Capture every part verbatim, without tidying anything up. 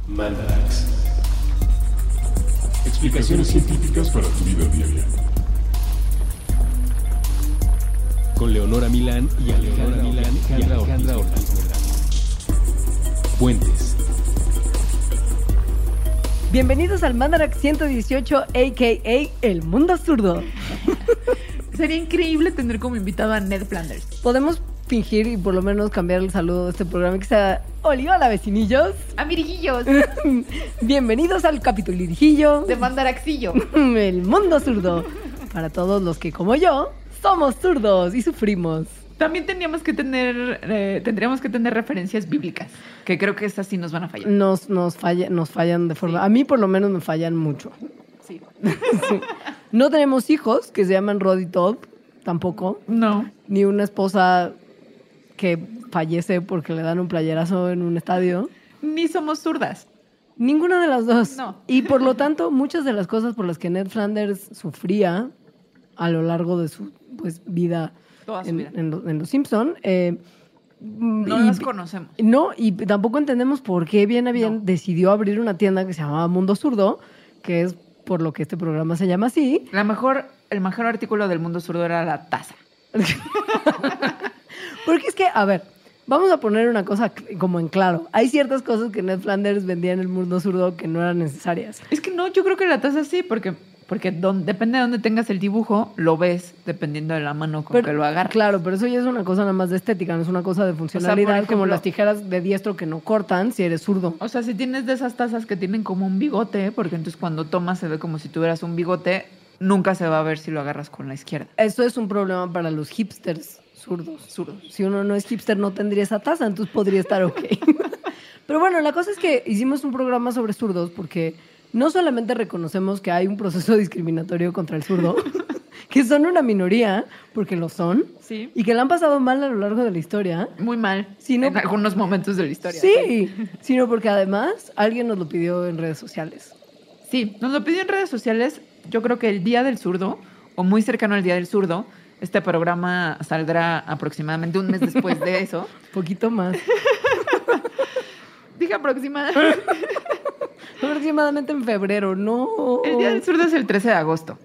Mandarax. Explicaciones científicas para tu vida diaria. Con Leonora Milán y Alejandra Milán y Alejandra Ortiz. Puentes. Bienvenidos al Mandarax ciento dieciocho, a k a. El Mundo Zurdo. Sería increíble tener como invitado a Ned Flanders. Podemos fingir y por lo menos cambiar el saludo de este programa que sea Oliva la vecinillos. Amiriguillos. Bienvenidos al capitulirijillo De Mandaraxillo. El Mundo Zurdo. Para todos los que, como yo, somos zurdos y sufrimos. También teníamos que tener, eh, tendríamos que tener referencias bíblicas, que creo que esas sí nos van a fallar. Nos, nos, falla, nos fallan de forma... Sí. A mí por lo menos me fallan mucho. Sí. Sí. No tenemos hijos que se llaman Rod y Todd, tampoco. No. Ni una esposa que fallece porque le dan un playerazo en un estadio. Ni somos zurdas. Ninguna de las dos. No. Y por lo tanto, muchas de las cosas por las que Ned Flanders sufría a lo largo de su pues, vida, Toda su en, vida. en, lo- en Los Simpson, eh, No y- las conocemos. No, y tampoco entendemos por qué bien a bien No. decidió abrir una tienda que se llamaba Mundo Zurdo, que es por lo que este programa se llama así. La mejor, el mejor artículo del Mundo Zurdo era la taza. Porque es que, a ver, vamos a poner una cosa cl- como en claro. Hay ciertas cosas que Ned Flanders vendía en el Mundo Zurdo que no eran necesarias. Es que no, yo creo que la taza sí, porque, porque don- depende de dónde tengas el dibujo, lo ves dependiendo de la mano con Pero- que lo agarras. Claro, pero eso ya es una cosa nada más de estética, no es una cosa de funcionalidad, ejemplo- como las tijeras de diestro que no cortan si eres zurdo. O sea, si tienes de esas tazas que tienen como un bigote, porque entonces cuando tomas se ve como si tuvieras un bigote, nunca se va a ver si lo agarras con la izquierda. Eso es un problema para los hipsters zurdos. Zurdos. Si uno no es hipster, no tendría esa taza, entonces podría estar ok. Pero bueno, la cosa es que hicimos un programa sobre zurdos porque no solamente reconocemos que hay un proceso discriminatorio contra el zurdo, que son una minoría, porque lo son, Sí. y que la han pasado mal a lo largo de la historia. Muy mal. Si no- en algunos momentos de la historia. Sí, sino porque además alguien nos lo pidió en redes sociales. Sí, nos lo pidió en redes sociales. Yo creo que el Día del Zurdo, o muy cercano al Día del Zurdo, este programa saldrá aproximadamente un mes después de eso. Poquito más. Dije aproximadamente. Aproximadamente en febrero, no. El Día del Zurdo es el trece de agosto.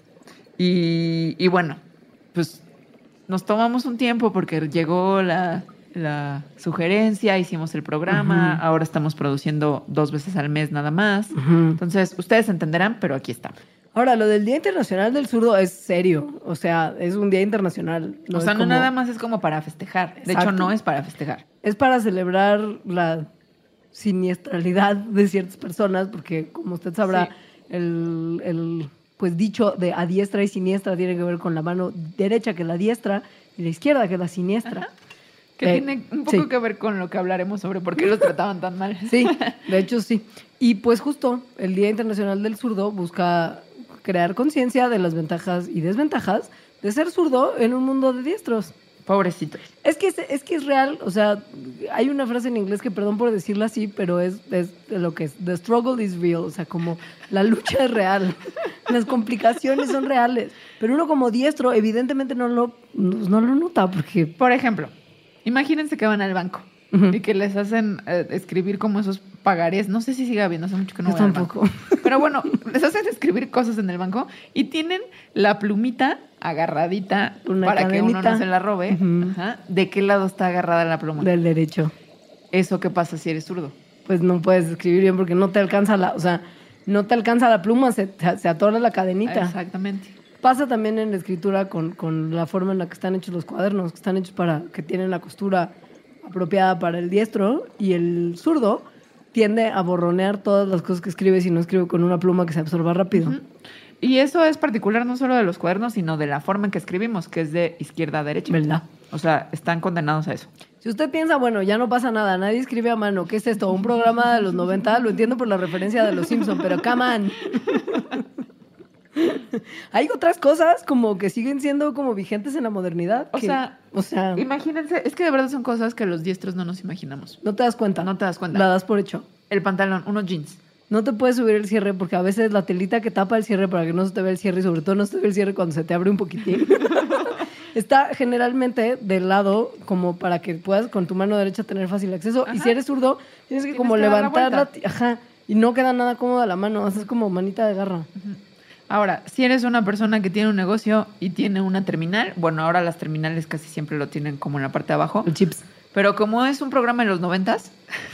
Y, y bueno, pues nos tomamos un tiempo porque llegó la, la sugerencia, hicimos el programa, Ujú. ahora estamos produciendo dos veces al mes nada más. Ujú. Entonces, ustedes entenderán, pero aquí está. Ahora, lo del Día Internacional del Zurdo es serio. O sea, es un día internacional. o es sea, no como- nada más es como para festejar. De Exacto. hecho, no es para festejar. Es para celebrar la siniestralidad de ciertas personas, porque como usted sabrá, Sí. el, el pues dicho de a diestra y siniestra tiene que ver con la mano derecha, que es la diestra, y la izquierda, que es la siniestra. Que Eh, tiene un poco sí. que ver con lo que hablaremos sobre por qué los trataban tan mal. Sí, de hecho sí. Y pues justo el Día Internacional del Zurdo busca crear conciencia de las ventajas y desventajas de ser zurdo en un mundo de diestros. Pobrecitos. Es que es, es que es real, o sea, hay una frase en inglés que perdón por decirla así, pero es, es lo que es, the struggle is real, o sea, como la lucha es real, las complicaciones son reales, pero uno como diestro evidentemente no lo, no lo nota porque... Por ejemplo, imagínense que van al banco Ujú. y que les hacen eh, escribir como esos pagarés. No sé si sigue habiendo, hace mucho que no Yo voy al tampoco. banco. Pero bueno, les hacen escribir cosas en el banco y tienen la plumita agarradita Una para que uno cadenita. no se la robe. Ujú. Ajá. ¿De qué lado está agarrada la pluma? Del derecho. ¿Eso qué pasa si eres zurdo? Pues no puedes escribir bien porque no te alcanza la, o sea, no te alcanza la pluma, se, se atora la cadenita. Exactamente. Pasa también en la escritura con, con la forma en la que están hechos los cuadernos, que están hechos para que tienen la costura apropiada para el diestro, y el zurdo tiende a borronear todas las cosas que escribe si no escribe con una pluma que se absorba rápido. Ujú. Y eso es particular no solo de los cuadernos, sino de la forma en que escribimos, que es de izquierda a derecha. ¿Verdad? O sea, están condenados a eso. Si usted piensa, bueno, ya no pasa nada, nadie escribe a mano, ¿qué es esto? ¿Un programa de los noventa? Lo entiendo por la referencia de los Simpson, pero come on. Hay otras cosas como que siguen siendo como vigentes en la modernidad. O que- sea, o sea, Imagínense, es que de verdad son cosas que los diestros no nos imaginamos. no te das cuenta. No te das cuenta. La das por hecho. El pantalón, unos jeans. No te puedes subir el cierre porque a veces la telita que tapa el cierre para que no se te vea el cierre y sobre todo no se te ve el cierre cuando se te abre un poquitín está generalmente del lado como para que puedas con tu mano derecha tener fácil acceso. Ajá. Y si eres zurdo, tienes que Tienes como que dar la levantar la... vuelta. ti- Ajá. Y no queda nada cómoda la mano, haces como manita de garra. Ahora, si eres una persona que tiene un negocio y tiene una terminal, bueno, ahora las terminales casi siempre lo tienen como en la parte de abajo. El chips. Pero como es un programa de los noventas,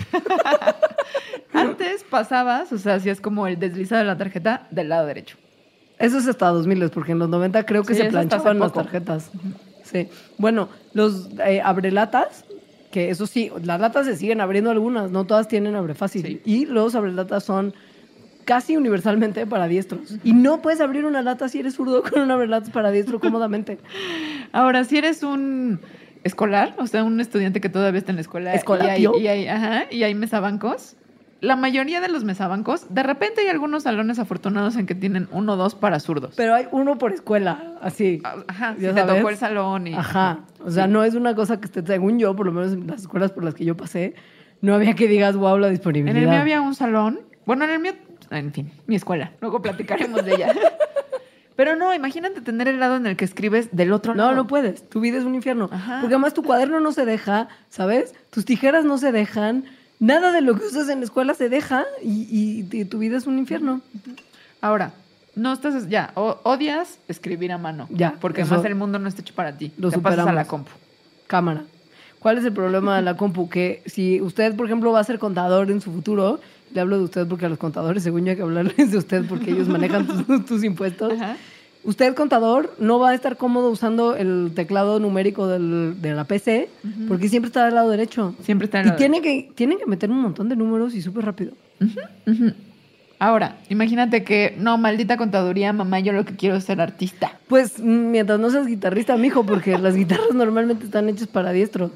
antes pasabas, o sea, hacías como el deslizado de la tarjeta del lado derecho. Eso es hasta dos mil, porque en los noventa creo que Sí, se eso hasta planchaban hace las poco. tarjetas. Sí. Bueno, los eh, abrelatas, que eso sí, las latas se siguen abriendo algunas, no todas tienen abre fácil. Sí. Y los abrelatas son casi universalmente para diestros. Y no puedes abrir una lata si eres zurdo con un abrelatas para diestro cómodamente. Ahora, si eres un escolar, o sea, un estudiante que todavía está en la escuela ¿Escolapio? y hay, y hay, ajá, y hay mesabancos, la mayoría de los mesabancos, de repente hay algunos salones afortunados en que tienen uno o dos para zurdos. Pero hay uno por escuela, así. Ajá, si ¿Ya te sabes? tocó el salón y... Ajá. O sea, Sí. no es una cosa que esté, según yo, por lo menos en las escuelas por las que yo pasé, no había que digas, wow, la disponibilidad. En el mío había un salón, bueno, en el mío, en fin, mi escuela, luego platicaremos de ella. Pero no, imagínate tener el lado en el que escribes del otro No, lado. no puedes. Tu vida es un infierno. Ajá. Porque además tu cuaderno no se deja, ¿sabes? Tus tijeras no se dejan. Nada de lo que usas en la escuela se deja y, y- y tu vida es un infierno. Ahora, no estás, ya, o- odias escribir a mano. Ya, Porque eso además el mundo no está hecho para ti. lo Te pasas a superamos. la compu. Cámara. ¿Cuál es el problema de la compu? Que si usted, por ejemplo, va a ser contador en su futuro, le hablo de usted porque a los contadores, según yo, hay que hablarles de usted porque ellos manejan tus, tus impuestos. Ajá. Usted, contador, no va a estar cómodo usando el teclado numérico del- de la P C porque siempre está del lado derecho. Siempre está en Y la tiene que, tienen que meter un montón de números y súper rápido. Ujú. Ahora, imagínate que, no, maldita contaduría, mamá, yo lo que quiero es ser artista. Pues mm, mientras no seas guitarrista, mijo, porque las guitarras normalmente están hechas para diestro.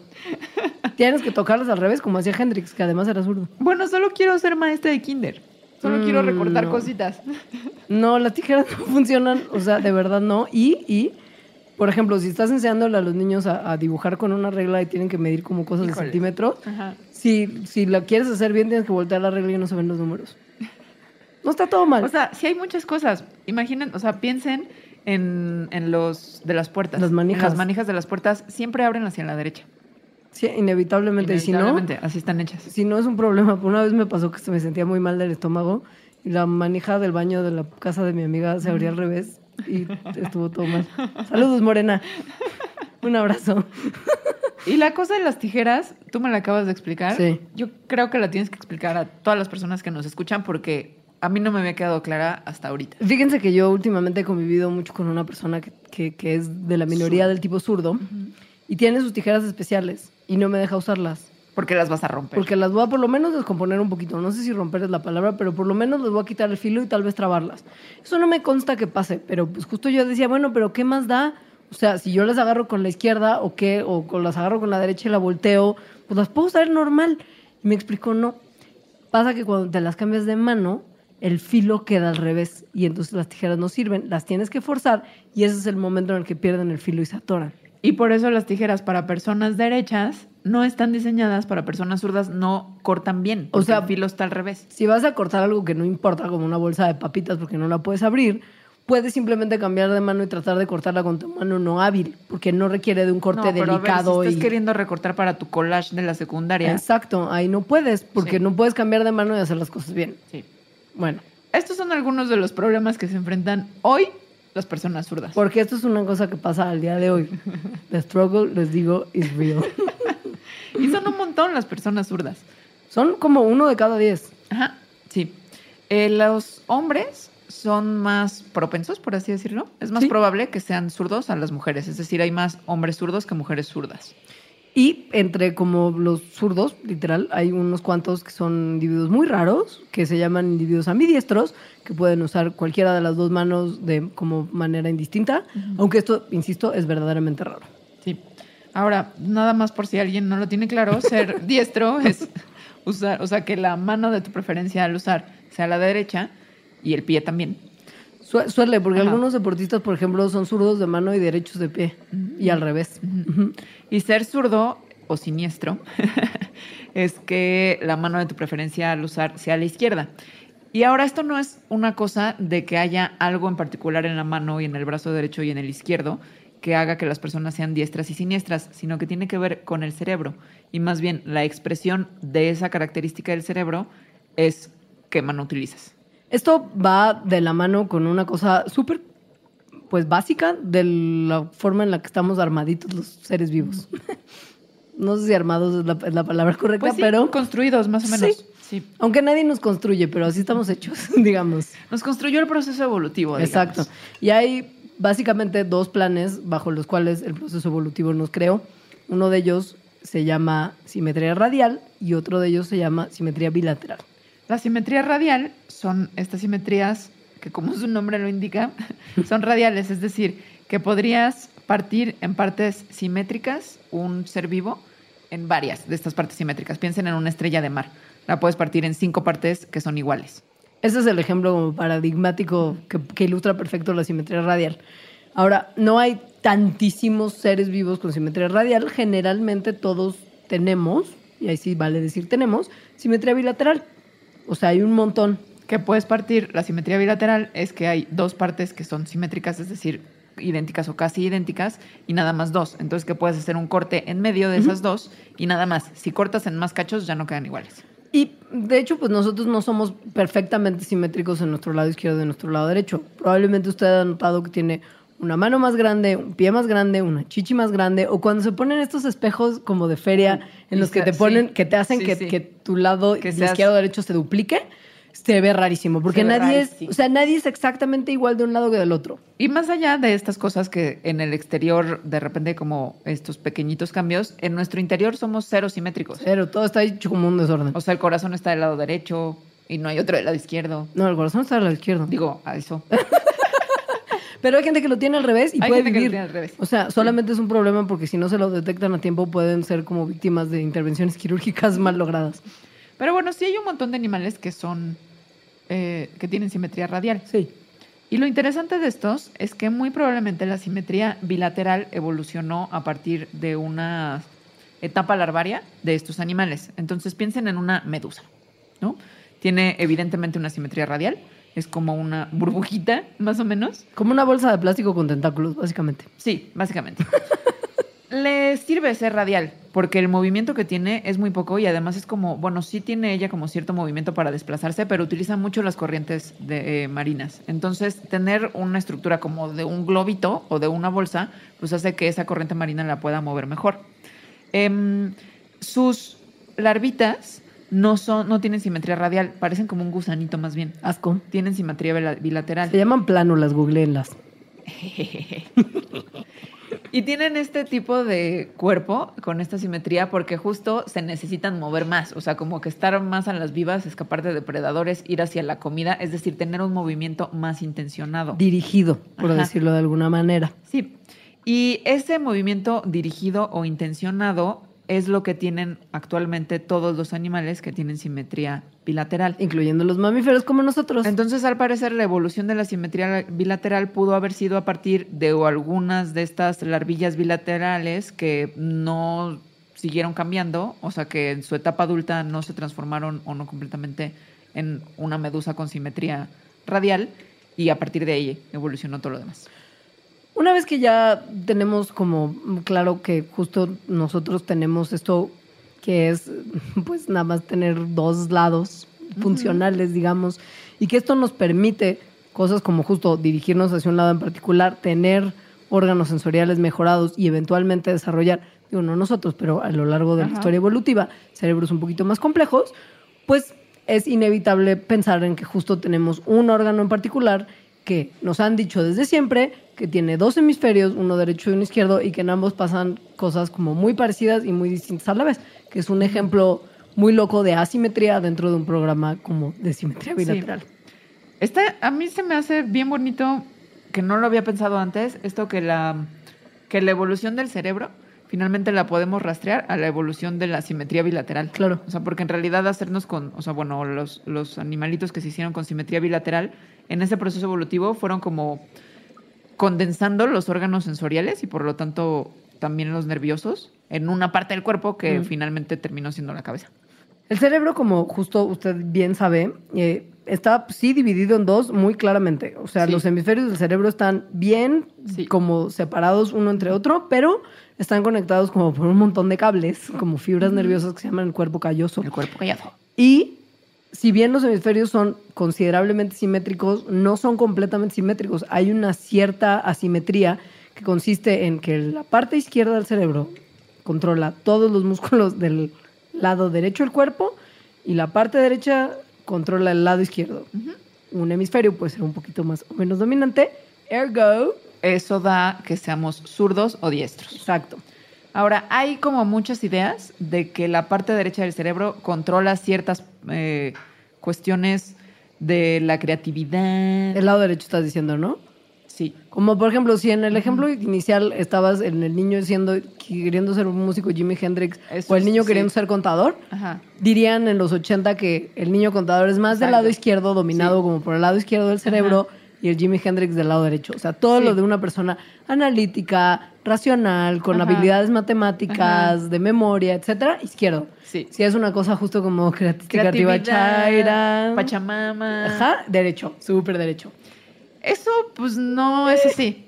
Tienes que tocarlas al revés, como hacía Hendrix, que además era zurdo. Bueno, solo quiero ser maestra de kinder. Solo Mm, quiero recortar no. cositas. No, las tijeras no funcionan, o sea, de verdad no. Y, y por ejemplo, si estás enseñándole a los niños a, a dibujar con una regla y tienen que medir como cosas Híjole. de centímetros, Ajá. si, si la quieres hacer bien, tienes que voltear la regla y no se ven los números. No está todo mal. O sea, sí hay muchas cosas. Imaginen, o sea, piensen en, en los de las puertas. Las manijas. En las manijas de las puertas siempre abren hacia la derecha. Sí, inevitablemente. Y si no, Inevitablemente, así están hechas. si no es un problema. Una vez me pasó que se me sentía muy mal del estómago y la manija del baño de la casa de mi amiga se abría al revés y estuvo todo mal. Saludos, Morena. Un abrazo. Y la cosa de las tijeras, tú me la acabas de explicar. Sí. Yo creo que la tienes que explicar a todas las personas que nos escuchan porque a mí no me había quedado clara hasta ahorita. Fíjense que yo últimamente he convivido mucho con una persona que, que- que es de la minoría del tipo zurdo y tiene sus tijeras especiales y no me deja usarlas. Porque las vas a romper. Porque las voy a por lo menos descomponer un poquito. No sé si romper es la palabra, pero por lo menos les voy a quitar el filo y tal vez trabarlas. Eso no me consta que pase, pero pues justo yo decía, bueno, pero ¿qué más da? O sea, si yo las agarro con la izquierda o qué, o con- las agarro con la derecha y la volteo, pues las puedo usar normal. Y me explicó, no. Pasa que cuando te las cambias de mano, el filo queda al revés y entonces las tijeras no sirven. Las tienes que forzar y ese es el momento en el que pierden el filo y se atoran. Y por eso las tijeras para personas derechas no están diseñadas para personas zurdas, no cortan bien. O O sea, sea, el filo está al revés. Si vas a cortar algo que no importa, como una bolsa de papitas porque no la puedes abrir, puedes simplemente cambiar de mano y tratar de cortarla con tu mano no hábil, porque no requiere de un corte No, pero a ver, delicado. si estás y... queriendo recortar para tu collage de la secundaria. Exacto, ahí no puedes, porque Sí. no puedes cambiar de mano y hacer las cosas bien. Sí. Bueno, Estos son algunos de los problemas que se enfrentan hoy las personas zurdas. porque esto es una cosa que pasa al día de hoy. The struggle, les digo, is real. Y son un montón las personas zurdas. Son como uno de cada diez. Ajá, sí. Eh, los hombres son más propensos, por así decirlo. Es más Sí. probable que sean zurdos a las mujeres. Es decir, hay más hombres zurdos que mujeres zurdas. Y entre como los zurdos, literal, hay unos cuantos que son individuos muy raros, que se llaman individuos ambidiestros, que pueden usar cualquiera de las dos manos de como manera indistinta, aunque esto, insisto, es verdaderamente raro. Sí. Ahora, nada más por si alguien no lo tiene claro, ser diestro es usar, o sea, que la mano de tu preferencia al usar sea la derecha y el pie también. Su- suele, porque Ajá. algunos deportistas, por ejemplo, son zurdos de mano y derechos de pie, y al revés. Ujú. Y ser zurdo o siniestro es que la mano de tu preferencia al usar sea la izquierda. Y ahora esto no es una cosa de que haya algo en particular en la mano y en el brazo derecho y en el izquierdo que haga que las personas sean diestras y siniestras, sino que tiene que ver con el cerebro. Y más bien la expresión de esa característica del cerebro es qué mano utilizas. Esto va de la mano con una cosa súper, pues, básica de la forma en la que estamos armaditos los seres vivos. No sé si armados es la, es la palabra correcta, Pues sí, pero... construidos más o menos. Sí. Sí. Aunque nadie nos construye, pero así estamos hechos, digamos. Nos construyó el proceso evolutivo, digamos. Exacto. Y hay básicamente dos planes bajo los cuales el proceso evolutivo nos creó. Uno de ellos se llama simetría radial y otro de ellos se llama simetría bilateral. La simetría radial son estas simetrías que, como su nombre lo indica, son radiales, es decir, que podrías partir en partes simétricas un ser vivo en varias de estas partes simétricas. Piensen en una estrella de mar. La puedes partir en cinco partes que son iguales. Ese es el ejemplo como paradigmático que, que ilustra perfecto la simetría radial. Ahora, no hay tantísimos seres vivos con simetría radial. Generalmente todos tenemos, y ahí sí vale decir tenemos, simetría bilateral. O sea, hay un montón. Que puedes partir, la simetría bilateral es que hay dos partes que son simétricas, es decir, idénticas o casi idénticas, y nada más dos. Entonces, que puedes hacer un corte en medio de esas uh-huh. dos y nada más. Si cortas en más cachos, ya no quedan iguales. Y, de hecho, pues nosotros no somos perfectamente simétricos en nuestro lado izquierdo y en nuestro lado derecho. Probablemente usted ha notado que tiene una mano más grande, un pie más grande, una chichi más grande, o cuando se ponen estos espejos como de feria en los que te ponen, sí, que te hacen sí, que, sí. que tu lado que seas... izquierdo o derecho se duplique, se ve rarísimo, porque nadie es, o sea, nadie es exactamente igual de un lado que del otro. Y más allá de estas cosas que en el exterior, de repente como estos pequeñitos cambios, en nuestro interior somos cero simétricos. Cero, todo está hecho como un desorden. O sea, el corazón está del lado derecho y no hay otro del lado izquierdo. No, el corazón está del lado izquierdo. Digo, a eso. Pero hay gente que lo tiene al revés y hay puede gente vivir. Que lo tiene al revés. O sea, solamente sí. es un problema porque si no se lo detectan a tiempo pueden ser como víctimas de intervenciones quirúrgicas mal logradas. Pero bueno, sí hay un montón de animales que son... Eh, que tienen simetría radial. Sí. Y lo interesante de estos es que muy probablemente la simetría bilateral evolucionó a partir de una etapa larvaria de estos animales. Entonces piensen en una medusa, ¿no? Tiene evidentemente una simetría radial. Es como una burbujita, más o menos. Como una bolsa de plástico con tentáculos, básicamente. Sí, básicamente. Le sirve ser radial, porque el movimiento que tiene es muy poco y además es como, bueno, sí tiene ella como cierto movimiento para desplazarse, pero utiliza mucho las corrientes de, eh, marinas. Entonces, tener una estructura como de un globito o de una bolsa, pues hace que esa corriente marina la pueda mover mejor. Eh, sus larvitas no son, no tienen simetría radial, parecen como un gusanito más bien. Asco. Tienen simetría bilateral. Se llaman plánulas, googleenlas. Y tienen este tipo de cuerpo con esta simetría porque justo se necesitan mover más, o sea, como que estar más a las vivas, escapar de depredadores, ir hacia la comida, es decir, tener un movimiento más intencionado. Dirigido, por Ajá. decirlo de alguna manera. Sí, y ese movimiento dirigido o intencionado es lo que tienen actualmente todos los animales que tienen simetría bilateral. Incluyendo los mamíferos como nosotros. Entonces, al parecer, la evolución de la simetría bilateral pudo haber sido a partir de o algunas de estas larvillas bilaterales que no siguieron cambiando, o sea, que en su etapa adulta no se transformaron o no completamente en una medusa con simetría radial, y a partir de ahí evolucionó todo lo demás. Una vez que ya tenemos como claro que justo nosotros tenemos esto que es pues nada más tener dos lados uh-huh. funcionales, digamos, y que esto nos permite cosas como justo dirigirnos hacia un lado en particular, tener órganos sensoriales mejorados y eventualmente desarrollar, digo, no nosotros, pero a lo largo de uh-huh. la historia evolutiva, cerebros un poquito más complejos, pues es inevitable pensar en que justo tenemos un órgano en particular que nos han dicho desde siempre que tiene dos hemisferios, uno derecho y uno izquierdo, y que en ambos pasan cosas como muy parecidas y muy distintas a la vez, que es un ejemplo muy loco de asimetría dentro de un programa como de simetría bilateral. Sí. Este, a mí se me hace bien bonito, que no lo había pensado antes, esto que la, que la evolución del cerebro finalmente la podemos rastrear a la evolución de la simetría bilateral. Claro. O sea, porque en realidad hacernos con, o sea, bueno, los, los animalitos que se hicieron con simetría bilateral, en ese proceso evolutivo fueron como condensando los órganos sensoriales y por lo tanto también los nerviosos en una parte del cuerpo que mm. finalmente terminó siendo la cabeza. El cerebro, como justo usted bien sabe, eh, está sí dividido en dos muy claramente. O sea, sí. los hemisferios del cerebro están bien sí. como separados uno entre otro, pero están conectados como por un montón de cables, como fibras mm. nerviosas que se llaman el cuerpo calloso. El cuerpo callado. Y si bien los hemisferios son considerablemente simétricos, no son completamente simétricos. Hay una cierta asimetría que consiste en que la parte izquierda del cerebro controla todos los músculos del lado derecho del cuerpo y la parte derecha controla el lado izquierdo. Uh-huh. Un hemisferio puede ser un poquito más o menos dominante. Ergo, eso da que seamos zurdos o diestros. Exacto. Ahora, hay como muchas ideas de que la parte derecha del cerebro controla ciertas eh, cuestiones de la creatividad. El lado derecho estás diciendo, ¿no? Sí. Como por ejemplo, si en el ejemplo uh-huh. inicial estabas en el niño siendo, queriendo ser un músico Jimi Hendrix Eso o el niño es, queriendo sí. ser contador, Ajá. dirían en los ochenta que el niño contador es más Exacto. del lado izquierdo, dominado sí. como por el lado izquierdo del cerebro, Ajá. y el Jimi Hendrix del lado derecho. O sea, todo sí. lo de una persona analítica, racional, con Ajá. habilidades matemáticas, Ajá. de memoria, etcétera, izquierdo. Sí. Si es una cosa justo como creativa, creatividad, chaira, Pachamama. Ajá, derecho, súper derecho. Eso, pues, no es así.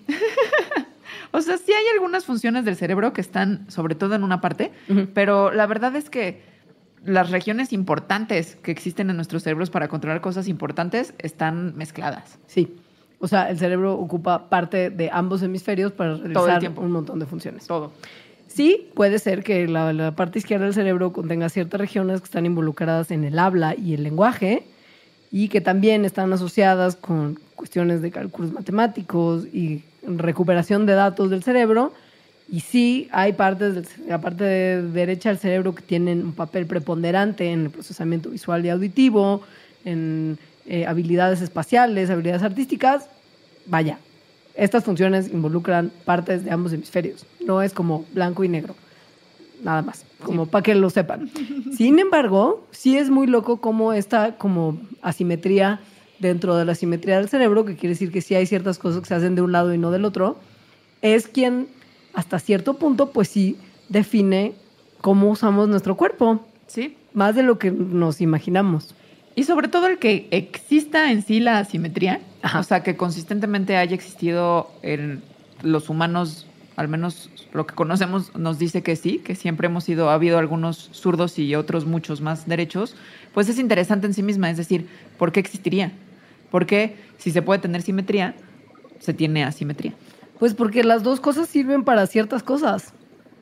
O sea, sí hay algunas funciones del cerebro que están, sobre todo en una parte, uh-huh. pero la verdad es que las regiones importantes que existen en nuestros cerebros para controlar cosas importantes están mezcladas. Sí. O sea, el cerebro ocupa parte de ambos hemisferios para realizar un montón de funciones. Todo. Sí, puede ser que la, la parte izquierda del cerebro contenga ciertas regiones que están involucradas en el habla y el lenguaje y que también están asociadas con cuestiones de cálculos matemáticos y recuperación de datos del cerebro. Y sí, hay partes de la parte de derecha del cerebro que tienen un papel preponderante en el procesamiento visual y auditivo, en eh, habilidades espaciales, habilidades artísticas. Vaya, estas funciones involucran partes de ambos hemisferios. No es como blanco y negro, nada más, como sí. para que lo sepan. Sin embargo, sí es muy loco cómo esta como asimetría dentro de la simetría del cerebro, que quiere decir que sí hay ciertas cosas que se hacen de un lado y no del otro, es quien hasta cierto punto, pues sí, define cómo usamos nuestro cuerpo. Sí. Más de lo que nos imaginamos. Y sobre todo el que exista en sí la asimetría, Ajá. o sea, que consistentemente haya existido en los humanos, al menos lo que conocemos nos dice que sí, que siempre hemos sido, ha habido algunos zurdos y otros muchos más derechos, pues es interesante en sí misma. Es decir, ¿por qué existiría? Porque si se puede tener simetría, se tiene asimetría. Pues porque las dos cosas sirven para ciertas cosas.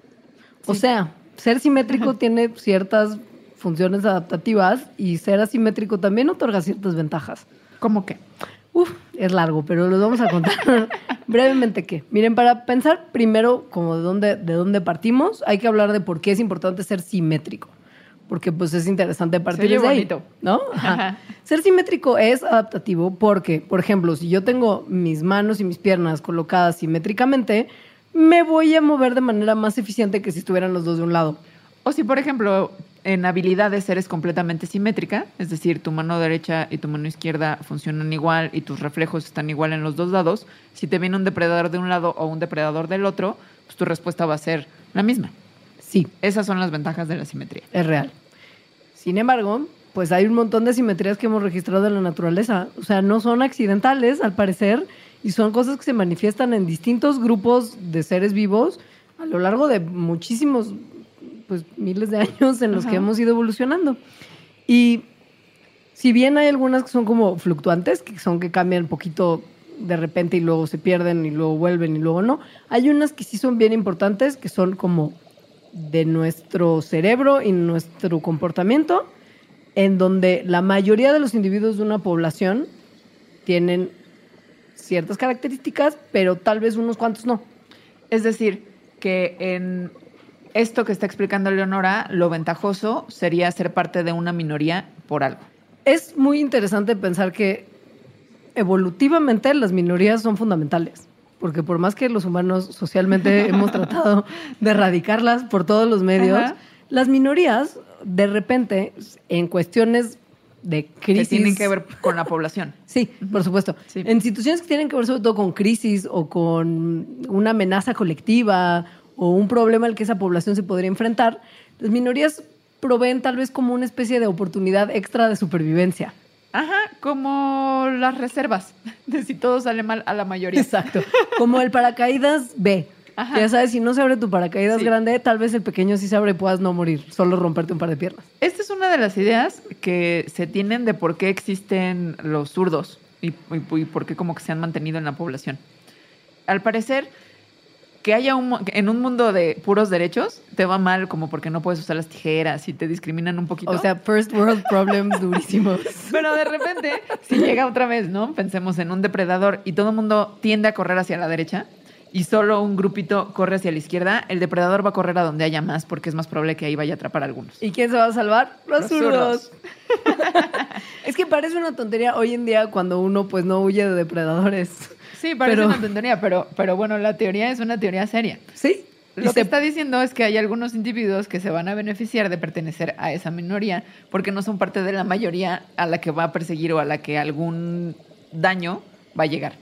O sí. sea, ser simétrico tiene ciertas funciones adaptativas y ser asimétrico también otorga ciertas ventajas. ¿Cómo qué? Uf, es largo, pero los vamos a contar brevemente qué. Miren, para pensar primero como de dónde, de dónde partimos, hay que hablar de por qué es importante ser simétrico. Porque pues es interesante partir de ahí, ¿no? Ajá. Ajá. Ser simétrico es adaptativo porque, por ejemplo, si yo tengo mis manos y mis piernas colocadas simétricamente, me voy a mover de manera más eficiente que si estuvieran los dos de un lado. O si, por ejemplo, en habilidades eres completamente simétrica, es decir, tu mano derecha y tu mano izquierda funcionan igual y tus reflejos están igual en los dos lados, si te viene un depredador de un lado o un depredador del otro, pues tu respuesta va a ser la misma. Sí. Esas son las ventajas de la simetría. Es real. Sin embargo, pues hay un montón de simetrías que hemos registrado en la naturaleza. O sea, no son accidentales, al parecer, y son cosas que se manifiestan en distintos grupos de seres vivos a lo largo de muchísimos, pues, miles de años en los Ajá. que hemos ido evolucionando. Y si bien hay algunas que son como fluctuantes, que son que cambian un poquito de repente y luego se pierden y luego vuelven y luego no, hay unas que sí son bien importantes, que son como de nuestro cerebro y nuestro comportamiento, en donde la mayoría de los individuos de una población tienen ciertas características, pero tal vez unos cuantos no. Es decir, que en esto que está explicando Leonora, lo ventajoso sería ser parte de una minoría por algo. Es muy interesante pensar que evolutivamente las minorías son fundamentales. Porque por más que los humanos socialmente hemos tratado de erradicarlas por todos los medios, Ajá. las minorías, de repente, en cuestiones de crisis... Que tienen que ver con la población. Sí, uh-huh. por supuesto. Sí. En situaciones que tienen que ver sobre todo con crisis o con una amenaza colectiva o un problema al que esa población se podría enfrentar, las minorías proveen tal vez como una especie de oportunidad extra de supervivencia. Ajá, como las reservas, de si todo sale mal a la mayoría. Exacto, como el paracaídas B. Ajá. Ya sabes, si no se abre tu paracaídas Sí. grande, tal vez el pequeño sí se abre y puedas no morir, solo romperte un par de piernas. Esta es una de las ideas que se tienen de por qué existen los zurdos y, y, y por qué como que se han mantenido en la población. Al parecer, que haya un, en un mundo de puros derechos, te va mal como porque no puedes usar las tijeras y te discriminan un poquito. O sea, first world problems durísimos. Pero de repente, si llega otra vez, ¿no? Pensemos en un depredador y todo el mundo tiende a correr hacia la derecha y solo un grupito corre hacia la izquierda, el depredador va a correr a donde haya más porque es más probable que ahí vaya a atrapar a algunos. ¿Y quién se va a salvar? Los, Los zurdos. zurdos. Es que parece una tontería hoy en día cuando uno pues no huye de depredadores. Sí, parece Pero- una tontería, pero, pero bueno, la teoría es una teoría seria. Sí. Y Lo que se- está diciendo es que hay algunos individuos que se van a beneficiar de pertenecer a esa minoría porque no son parte de la mayoría a la que va a perseguir o a la que algún daño va a llegar.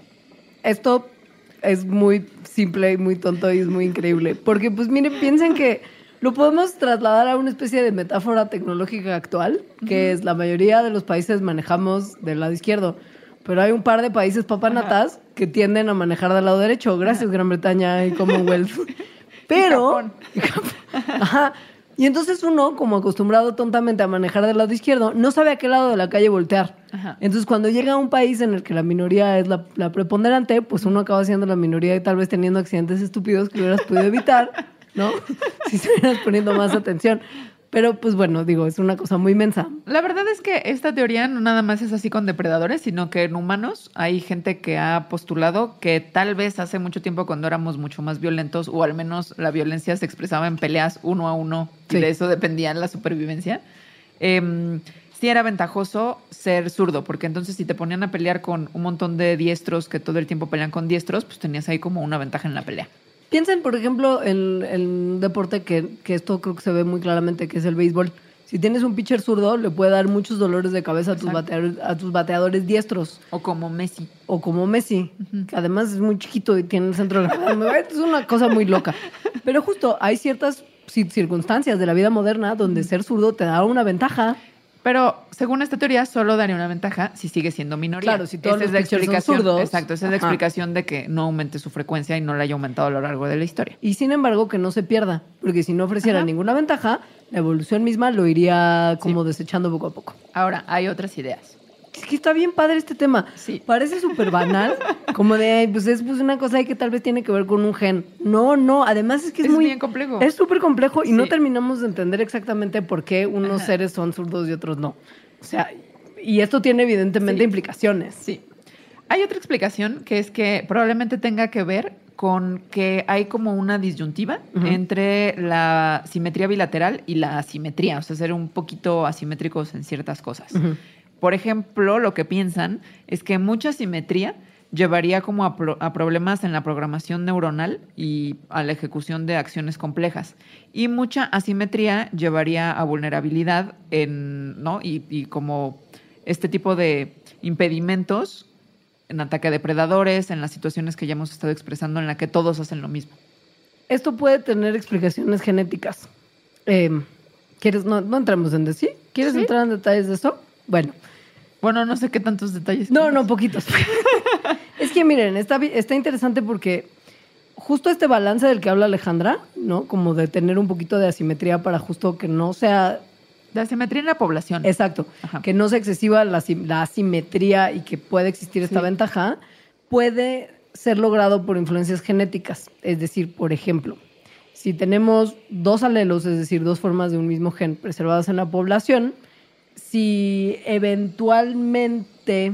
Esto es muy simple y muy tonto y es muy increíble. Porque, pues miren, piensen que lo podemos trasladar a una especie de metáfora tecnológica actual, que es la mayoría de los países manejamos del lado izquierdo. Pero hay un par de países papanatas que tienden a manejar del lado derecho. Gracias, Gran Bretaña y Commonwealth. Pero... Japón. y Japón. Ajá. Y entonces uno, como acostumbrado tontamente a manejar del lado izquierdo, no sabe a qué lado de la calle voltear. Ajá. Entonces, cuando llega a un país en el que la minoría es la, la preponderante, pues uno acaba siendo la minoría y tal vez teniendo accidentes estúpidos que hubieras podido evitar, ¿no? Si estuvieras poniendo más atención. Pero, pues bueno, digo, es una cosa muy mensa. La verdad es que esta teoría no nada más es así con depredadores, sino que en humanos hay gente que ha postulado que tal vez hace mucho tiempo cuando éramos mucho más violentos, o al menos la violencia se expresaba en peleas uno a uno, Sí. y de eso dependía la supervivencia, eh, sí era ventajoso ser zurdo, porque entonces si te ponían a pelear con un montón de diestros que todo el tiempo pelean con diestros, pues tenías ahí como una ventaja en la pelea. Piensen, por ejemplo, en, en un deporte que, que esto creo que se ve muy claramente, que es el béisbol. Si tienes un pitcher zurdo, le puede dar muchos dolores de cabeza a tus, Exacto. bateadores, a tus bateadores diestros. O como Messi. O como Messi, que además es muy chiquito y tiene el centro de la... Es una cosa muy loca. Pero justo hay ciertas ci- circunstancias de la vida moderna donde ser zurdo te da una ventaja. Pero según esta teoría, solo daría una ventaja si sigue siendo minoría. Claro, si todos Esa los es la pitchers son explicación. zurdos. Exacto, esa es la Ajá. explicación de que no aumente su frecuencia y no la haya aumentado a lo largo de la historia. Y sin embargo, que no se pierda. Porque si no ofreciera Ajá. ninguna ventaja, la evolución misma lo iría como desechando poco a poco. Ahora, hay otras ideas. Es que está bien padre este tema. Sí. Parece súper banal. Como de, ay, pues es pues, una cosa ahí que tal vez tiene que ver con un gen. No, no. Además es que es, Es muy... bien complejo. Es súper complejo y Sí. no terminamos de entender exactamente por qué unos Ajá. seres son zurdos y otros no. O sea, y esto tiene evidentemente Sí. implicaciones. Sí. Hay otra explicación que es que probablemente tenga que ver con que hay como una disyuntiva Ujú. entre la simetría bilateral y la asimetría, o sea, ser un poquito asimétricos en ciertas cosas. Ujú. Por ejemplo, lo que piensan es que mucha simetría llevaría como a, pro- a problemas en la programación neuronal y a la ejecución de acciones complejas. Y mucha asimetría llevaría a vulnerabilidad en, ¿no? Y, y como este tipo de impedimentos en ataque a depredadores, en las situaciones que ya hemos estado expresando en la que todos hacen lo mismo. Esto puede tener explicaciones genéticas. Eh, ¿Quieres? No, no entramos en decir. ¿Quieres Sí. entrar en detalles de eso? Bueno. Bueno, no sé qué tantos detalles. No, tienes. no, poquitos. Es que miren, está, bi- está interesante porque justo este balance del que habla Alejandra, ¿no? Como de tener un poquito de asimetría para justo que no sea... La asimetría en la población. Exacto. Ajá. Que no sea excesiva la, asi- la asimetría y que pueda existir esta Sí. ventaja, puede ser logrado por influencias genéticas. Es decir, por ejemplo, si tenemos dos alelos, es decir, dos formas de un mismo gen preservadas en la población, si eventualmente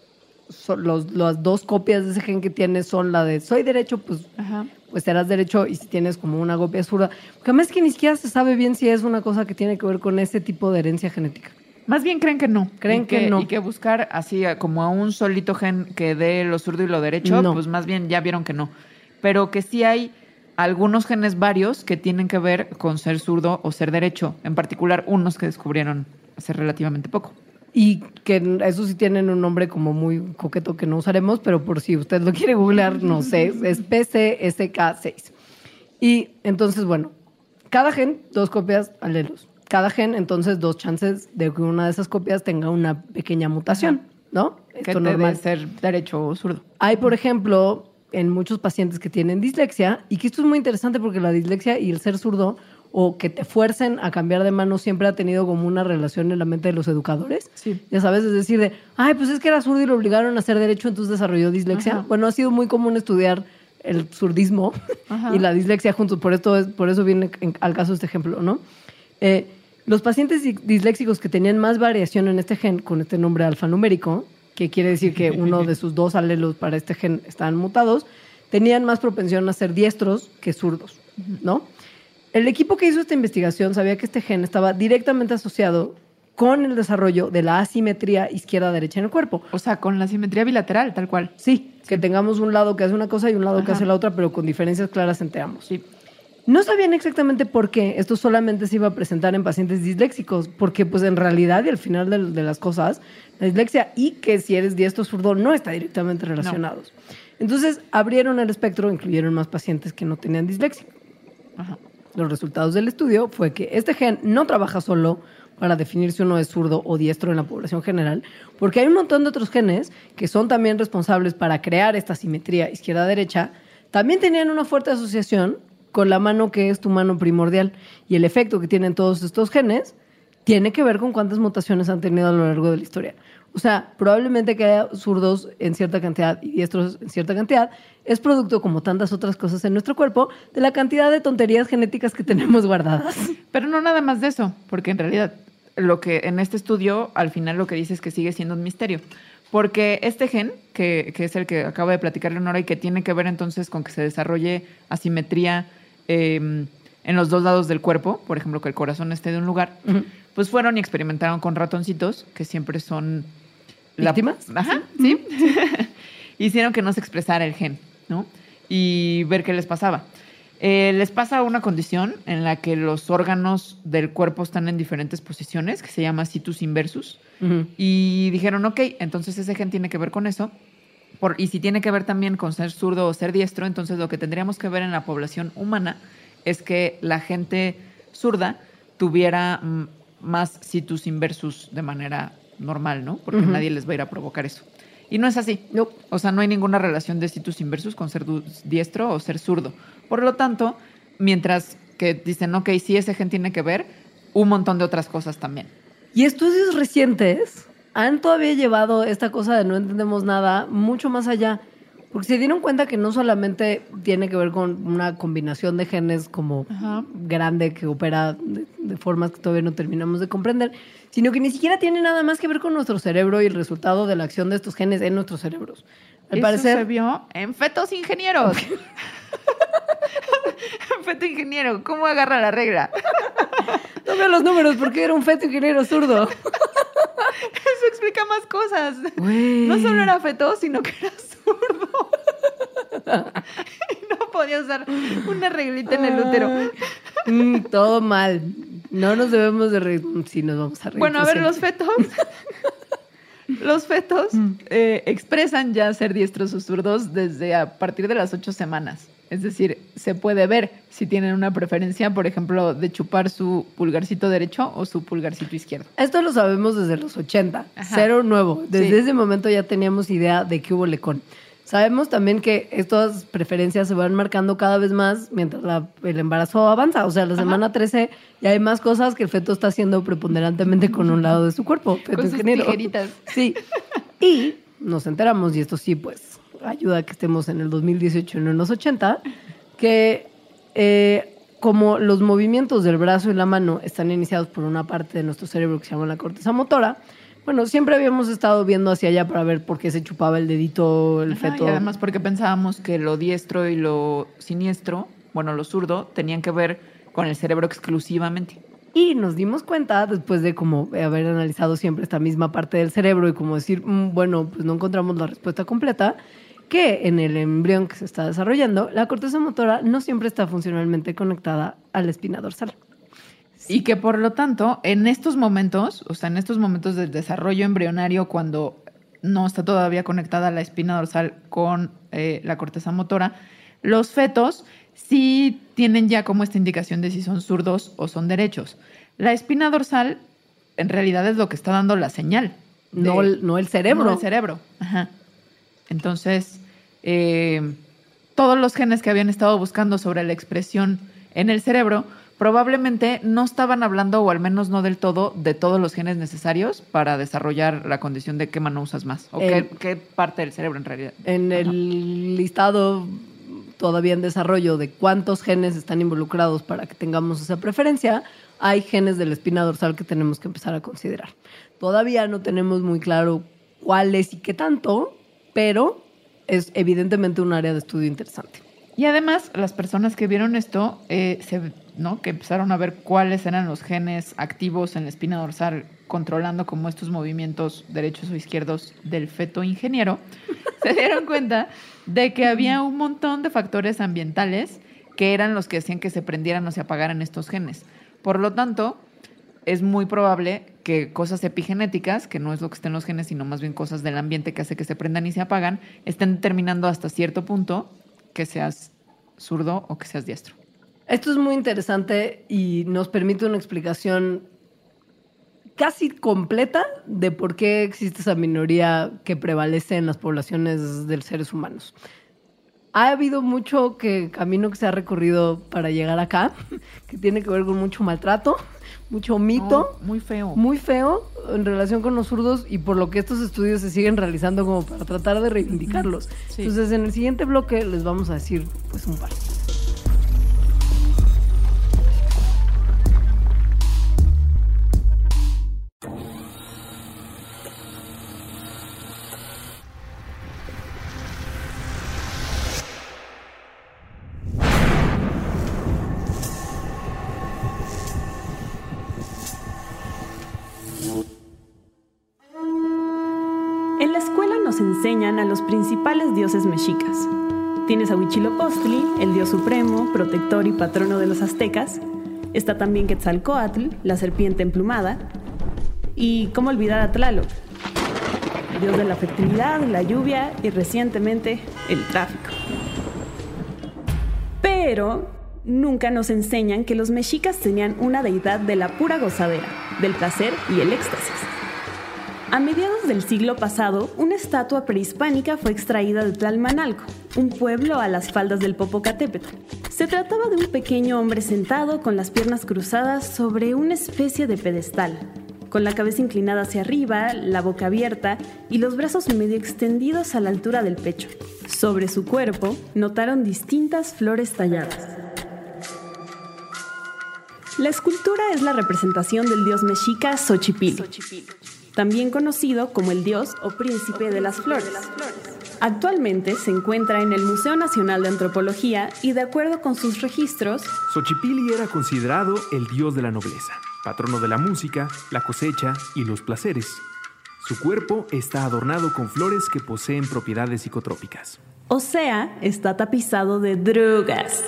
son los, las dos copias de ese gen que tienes son la de soy derecho, pues, Ajá. pues serás derecho, y si tienes como una copia zurda, porque además es que ni siquiera se sabe bien si es una cosa que tiene que ver con ese tipo de herencia genética. Más bien creen que no. Creen Y que no. Y que buscar así a- como a un solito gen que dé lo zurdo y lo derecho, No. pues más bien ya vieron que no. Pero que sí hay algunos genes varios que tienen que ver con ser zurdo o ser derecho. En particular, unos que descubrieron hace relativamente poco. Y que eso sí tienen un nombre como muy coqueto que no usaremos, pero por si usted lo quiere googlear, no sé, es P C S K seis. Y entonces, bueno, cada gen, dos copias alelos. Cada gen, entonces, dos chances de que una de esas copias tenga una pequeña mutación, ¿no? Que Esto te normal. dé ser derecho o zurdo. Hay, por ejemplo, en muchos pacientes que tienen dislexia, y que esto es muy interesante porque la dislexia y el ser zurdo, o que te fuercen a cambiar de mano, siempre ha tenido como una relación en la mente de los educadores. Sí. Ya sabes, es decir, de, ay, pues es que era zurdo y lo obligaron a hacer derecho, entonces desarrolló dislexia. Ajá. Bueno, ha sido muy común estudiar el zurdismo Ajá. y la dislexia juntos, por, esto es, por eso viene en- al caso este ejemplo, ¿no? Eh, los pacientes di- disléxicos que tenían más variación en este gen, con este nombre alfanumérico, que quiere decir que uno de sus dos alelos para este gen están mutados, tenían más propensión a ser diestros que zurdos, ¿no? El equipo que hizo esta investigación sabía que este gen estaba directamente asociado con el desarrollo de la asimetría izquierda-derecha en el cuerpo. O sea, con la simetría bilateral, tal cual. Sí, que tengamos un lado que hace una cosa y un lado que Ajá. hace la otra, pero con diferencias claras entre ambos. Sí. No sabían exactamente por qué esto solamente se iba a presentar en pacientes disléxicos, porque pues en realidad y al final de, de las cosas, la dislexia y que si eres diestro o zurdo no está directamente relacionados. Entonces abrieron el espectro, incluyeron más pacientes que no tenían dislexia. Ajá. Los resultados del estudio fue que este gen no trabaja solo para definir si uno es zurdo o diestro en la población general, porque hay un montón de otros genes que son también responsables para crear esta simetría izquierda-derecha, también tenían una fuerte asociación con la mano que es tu mano primordial, y el efecto que tienen todos estos genes tiene que ver con cuántas mutaciones han tenido a lo largo de la historia. O sea, probablemente que haya zurdos en cierta cantidad y diestros en cierta cantidad es producto, como tantas otras cosas en nuestro cuerpo, de la cantidad de tonterías genéticas que tenemos guardadas. Pero no nada más de eso, porque en realidad lo que en este estudio al final lo que dice es que sigue siendo un misterio. Porque este gen, que, que es el que acaba de platicar Leonora y que tiene que ver entonces con que se desarrolle asimetría eh, en los dos lados del cuerpo, por ejemplo, que el corazón esté de un lugar, Ujú. pues fueron y experimentaron con ratoncitos, que siempre son... ¿Víctimas? Ajá, sí. Hicieron que no se expresara el gen, ¿no? Y ver qué les pasaba. Eh, les pasa una condición en la que los órganos del cuerpo están en diferentes posiciones, que se llama situs inversus. Ujú. Y dijeron, ok, entonces ese gen tiene que ver con eso. Por, y si tiene que ver también con ser zurdo o ser diestro, entonces lo que tendríamos que ver en la población humana es que la gente zurda tuviera mm, más situs inversus de manera normal, ¿no? Porque Ujú. nadie les va a ir a provocar eso. Y no es así. No. O sea, no hay ninguna relación de situs inversus con ser du- diestro o ser zurdo. Por lo tanto, mientras que dicen, ok, sí, ese gen tiene que ver, un montón de otras cosas también. Y estudios recientes han todavía llevado esta cosa de no entendemos nada mucho más allá. Porque se dieron cuenta que no solamente tiene que ver con una combinación de genes como Ajá. grande que opera de, de formas que todavía no terminamos de comprender, sino que ni siquiera tiene nada más que ver con nuestro cerebro y el resultado de la acción de estos genes en nuestros cerebros. Al Eso parecer, se vio en fetos ingenieros. Feto ingeniero, ¿cómo agarra la regla? no veo los números porque era un feto ingeniero zurdo. Eso explica más cosas. Güey. No solo era feto, sino que era zurdo. Y no podía usar una reglita en el útero. Mm, todo mal. No nos debemos de reír. Sí, nos vamos a reír. Bueno, a por ver, los siempre. fetos. Los fetos eh, expresan ya ser diestros o zurdos desde a partir de las ocho semanas. Es decir, se puede ver si tienen una preferencia, por ejemplo, de chupar su pulgarcito derecho o su pulgarcito izquierdo. Esto lo sabemos desde los ochenta. Ajá. Cero nuevo. Desde Sí. ese momento ya teníamos idea de qué hubo lecón. Sabemos también que estas preferencias se van marcando cada vez más mientras la- el embarazo avanza. O sea, la semana trece ya hay más cosas que el feto está haciendo preponderantemente con un lado de su cuerpo. Feto Con sus ingeniero. tijeritas. Sí. Y nos enteramos, y esto sí, pues, ayuda a que estemos en el dos mil dieciocho y no en los ochenta, que eh, como los movimientos del brazo y la mano están iniciados por una parte de nuestro cerebro que se llama la corteza motora, bueno, siempre habíamos estado viendo hacia allá para ver por qué se chupaba el dedito, el Ajá, feto. y además porque pensábamos que lo diestro y lo siniestro, bueno, lo zurdo, tenían que ver con el cerebro exclusivamente. Y nos dimos cuenta, después de como haber analizado siempre esta misma parte del cerebro y como decir, mm, bueno, pues no encontramos la respuesta completa, que en el embrión que se está desarrollando, la corteza motora no siempre está funcionalmente conectada a la espina dorsal. Y que por lo tanto, en estos momentos, o sea, en estos momentos del desarrollo embrionario, cuando no está todavía conectada la espina dorsal con eh, la corteza motora, los fetos sí tienen ya como esta indicación de si son zurdos o son derechos. La espina dorsal en realidad es lo que está dando la señal. de- No, el- no el cerebro. No el cerebro. Ajá. Entonces, eh, todos los genes que habían estado buscando sobre la expresión en el cerebro probablemente no estaban hablando, o al menos no del todo, de todos los genes necesarios para desarrollar la condición de qué mano usas más, o En- qué, qué parte del cerebro en realidad. En Ajá. el listado todavía en desarrollo de cuántos genes están involucrados para que tengamos esa preferencia, hay genes de la espina dorsal que tenemos que empezar a considerar. Todavía no tenemos muy claro cuáles y qué tanto, pero es evidentemente un área de estudio interesante. Y además, las personas que vieron esto, eh, se, ¿no? que empezaron a ver cuáles eran los genes activos en la espina dorsal, controlando como estos movimientos derechos o izquierdos del feto ingeniero, se dieron cuenta de que había un montón de factores ambientales que eran los que hacían que se prendieran o se apagaran estos genes. Por lo tanto, es muy probable que cosas epigenéticas, que no es lo que está en los genes, sino más bien cosas del ambiente que hace que se prendan y se apagan, estén determinando hasta cierto punto que seas zurdo o que seas diestro. Esto es muy interesante y nos permite una explicación casi completa de por qué existe esa minoría que prevalece en las poblaciones de seres humanos. Ha habido mucho que, camino que se ha recorrido para llegar acá, que tiene que ver con mucho maltrato, mucho mito, No, muy feo. muy feo en relación con los zurdos, y por lo que estos estudios se siguen realizando como para tratar de reivindicarlos. Sí. Entonces, en el siguiente bloque les vamos a decir pues un par. En la escuela nos enseñan a los principales dioses mexicas. Tienes a Huitzilopochtli, el dios supremo, protector y patrono de los aztecas. Está también Quetzalcóatl, la serpiente emplumada. Y cómo olvidar a Tlaloc, el dios de la fertilidad, la lluvia y recientemente el tráfico. Pero nunca nos enseñan que los mexicas tenían una deidad de la pura gozadera, del placer y el éxtasis. A mediados del siglo pasado, una estatua prehispánica fue extraída de Tlalmanalco, un pueblo a las faldas del Popocatépetl. Se trataba de un pequeño hombre sentado con las piernas cruzadas sobre una especie de pedestal, con la cabeza inclinada hacia arriba, la boca abierta y los brazos medio extendidos a la altura del pecho. Sobre su cuerpo notaron distintas flores talladas. La escultura es la representación del dios mexica Xochipilli, también conocido como el dios o príncipe de las flores. Actualmente se encuentra en el Museo Nacional de Antropología y, de acuerdo con sus registros, Xochipilli era considerado el dios de la nobleza, patrono de la música, la cosecha y los placeres. Su cuerpo está adornado con flores que poseen propiedades psicotrópicas. o sea, está tapizado de drogas.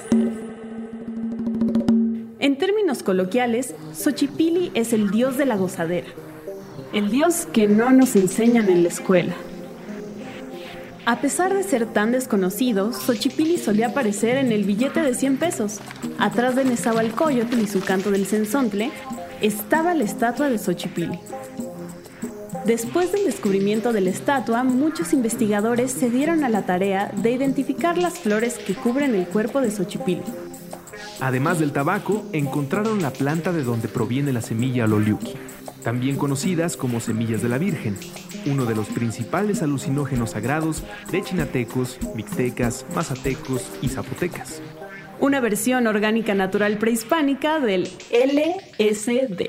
En términos coloquiales, Xochipilli es el dios de la gozadera, el dios que no nos enseñan en la escuela. A pesar de ser tan desconocido, Xochipilli solía aparecer en el billete de cien pesos. Atrás de Nezahualcóyotl y su canto del Cenzontle, estaba la estatua de Xochipilli. Después del descubrimiento de la estatua, muchos investigadores se dieron a la tarea de identificar las flores que cubren el cuerpo de Xochipilli. Además del tabaco, encontraron la planta de donde proviene la semilla loliuqui, también conocidas como semillas de la Virgen, uno de los principales alucinógenos sagrados de chinatecos, mixtecas, mazatecos y zapotecas. Una versión orgánica natural prehispánica del L S D.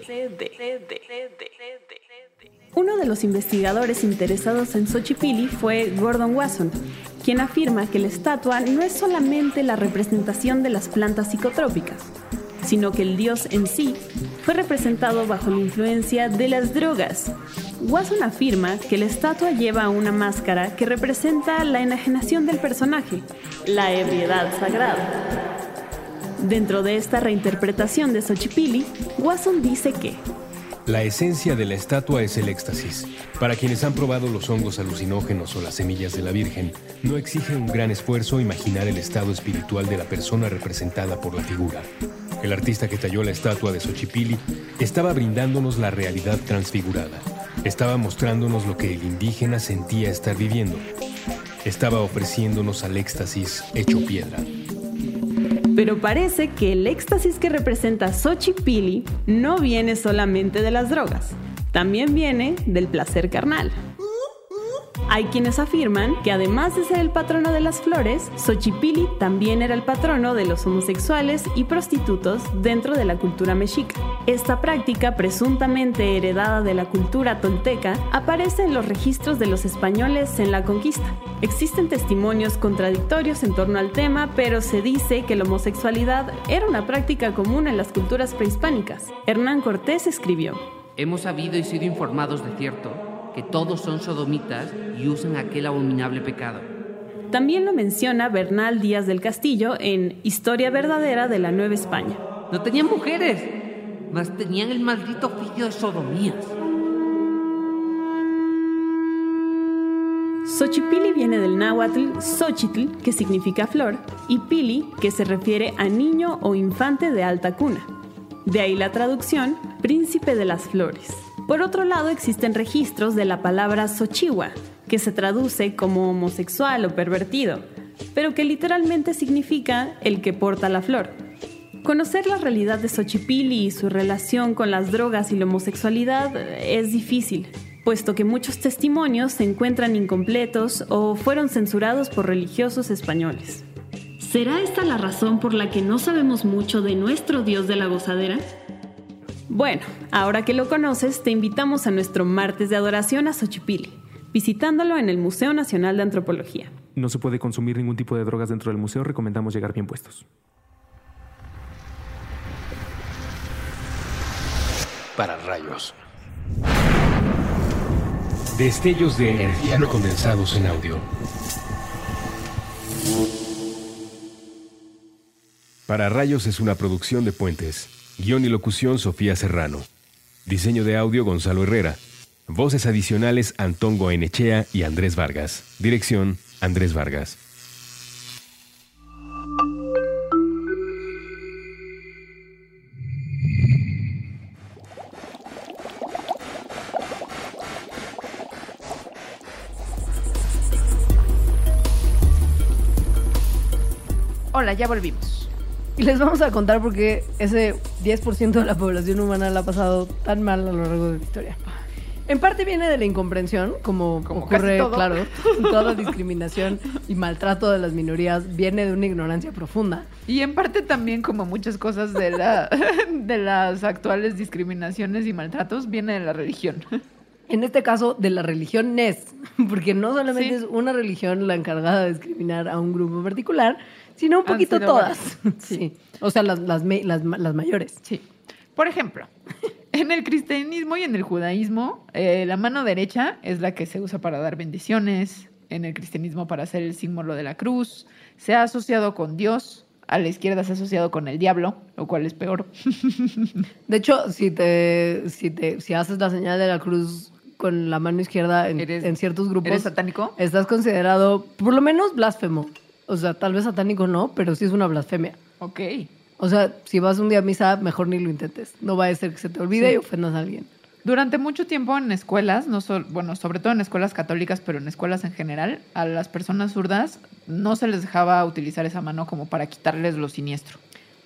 Uno de los investigadores interesados en Xochipilli fue Gordon Wasson, quien afirma que la estatua no es solamente la representación de las plantas psicotrópicas, sino que el dios en sí fue representado bajo la influencia de las drogas. Wasson afirma que la estatua lleva una máscara que representa la enajenación del personaje, la ebriedad sagrada. Dentro de esta reinterpretación de Xochipilli, Wasson dice que la esencia de la estatua es el éxtasis. Para quienes han probado los hongos alucinógenos o las semillas de la Virgen, no exige un gran esfuerzo imaginar el estado espiritual de la persona representada por la figura. El artista que talló la estatua de Xochipilli estaba brindándonos la realidad transfigurada. Estaba mostrándonos lo que el indígena sentía estar viviendo. estaba ofreciéndonos al éxtasis hecho piedra. Pero parece que el éxtasis que representa Xochipilli no viene solamente de las drogas, también viene del placer carnal. Hay quienes afirman que además de ser el patrono de las flores, Xochipilli también era el patrono de los homosexuales y prostitutos dentro de la cultura mexica. Esta práctica, presuntamente heredada de la cultura tolteca, aparece en los registros de los españoles en la conquista. Existen testimonios contradictorios en torno al tema, pero se dice que la homosexualidad era una práctica común en las culturas prehispánicas. Hernán Cortés escribió: Hemos sabido y sido informados de cierto que todos son sodomitas y usan aquel abominable pecado. También lo menciona Bernal Díaz del Castillo en Historia verdadera de la Nueva España. No tenían mujeres, mas tenían el maldito oficio de sodomías. Xochipilli viene del náhuatl Xochitl, que significa flor, y pili, que se refiere a niño o infante de alta cuna. De ahí la traducción, príncipe de las flores. Por otro lado, existen registros de la palabra Xochihua, que se traduce como homosexual o pervertido, pero que literalmente significa el que porta la flor. Conocer la realidad de Xochipilli y su relación con las drogas y la homosexualidad es difícil, puesto que muchos testimonios se encuentran incompletos o fueron censurados por religiosos españoles. ¿Será esta la razón por la que no sabemos mucho de nuestro Dios de la gozadera? Bueno, ahora que lo conoces, te invitamos a nuestro martes de adoración a Xochipilli, visitándolo en el Museo Nacional de Antropología. No se puede consumir ningún tipo de drogas dentro del museo, recomendamos llegar bien puestos. Para rayos. Destellos de energía no condensados en audio. Para rayos es una producción de Puentes. Guión y locución Sofía Serrano. Diseño de audio Gonzalo Herrera. Voces adicionales Antón Goenechea y Andrés Vargas. Dirección Andrés Vargas. Hola, ya volvimos. Y les vamos a contar por qué ese diez por ciento de la población humana la ha pasado tan mal a lo largo de la historia. En parte viene de la incomprensión, como, como ocurre, claro, toda discriminación y maltrato de las minorías viene de una ignorancia profunda. Y en parte también, como muchas cosas de, la, de las actuales discriminaciones y maltratos, viene de la religión. En este caso, de la religión Nes, porque no solamente Sí. es una religión la encargada de discriminar a un grupo particular, sino un poquito todas. Sí. sí. O sea, las, las, las, las mayores. Sí. Por ejemplo, en el cristianismo y en el judaísmo, eh, la mano derecha es la que se usa para dar bendiciones. En el cristianismo para hacer el símbolo de la cruz. Se ha asociado con Dios. A la izquierda se ha asociado con el diablo, lo cual es peor. De hecho, si te, si te, si haces la señal de la cruz con la mano izquierda en, ¿Eres, en ciertos grupos, ¿eres satánico? Estás considerado, por lo menos, blasfemo. O sea, tal vez satánico no, pero sí es una blasfemia. Ok. O sea, si vas un día a misa, mejor ni lo intentes. No va a ser que se te olvide sí. y ofendas a alguien. Durante mucho tiempo en escuelas, no so, bueno, sobre todo en escuelas católicas, pero en escuelas en general, a las personas zurdas no se les dejaba utilizar esa mano como para quitarles lo siniestro.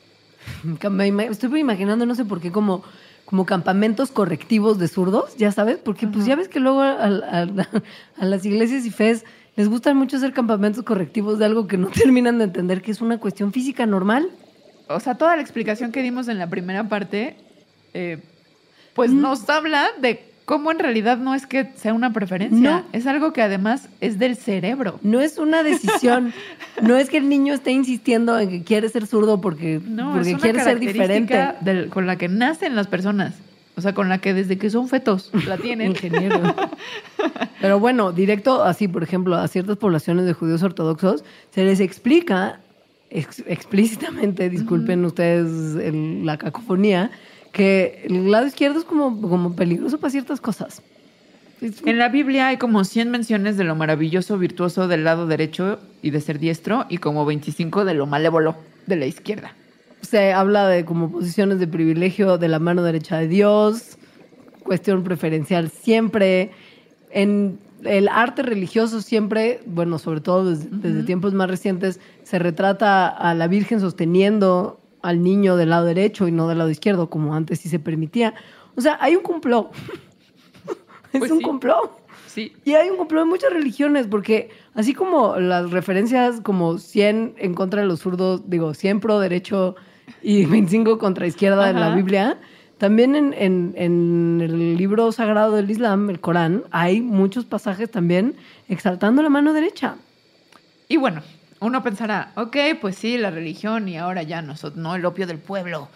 Me estoy imaginando, no sé por qué, como, como campamentos correctivos de zurdos, ya sabes, porque uh-huh. pues ya ves que luego a, a, a las iglesias y fes les gustan mucho hacer campamentos correctivos de algo que no terminan de entender que es una cuestión física normal. O sea, toda la explicación que dimos en la primera parte, eh, pues mm. nos habla de cómo en realidad no es que sea una preferencia. No. Es algo que además es del cerebro. No es una decisión. No es que el niño esté insistiendo en que quiere ser zurdo porque, no, porque es una quiere ser diferente. Del, con la que nacen las personas. O sea, con la que desde que son fetos la tienen. Ingeniero. Pero bueno, directo así, por ejemplo, a ciertas poblaciones de judíos ortodoxos se les explica ex- explícitamente, disculpen uh-huh. ustedes el, la cacofonía, que el lado izquierdo es como, como peligroso para ciertas cosas. En la Biblia hay como cien menciones de lo maravilloso, virtuoso del lado derecho y de ser diestro, y como veinticinco de lo malévolo de la izquierda. Se habla de como posiciones de privilegio de la mano derecha de Dios, cuestión preferencial siempre. En el arte religioso siempre, bueno, sobre todo desde, uh-huh. desde tiempos más recientes, se retrata a la Virgen sosteniendo al niño del lado derecho y no del lado izquierdo, como antes sí se permitía. O sea, hay un complot. es Pues un sí. complot. Sí. Y hay un complot en muchas religiones, porque así como las referencias como cien en contra de los zurdos, digo, cien pro derecho y veinticinco contra izquierda Ajá. en la Biblia, también en, en, en el libro sagrado del Islam, el Corán, hay muchos pasajes también exaltando la mano derecha. Y bueno, uno pensará, ok, pues sí, la religión y ahora ya nosotros, no el opio del pueblo.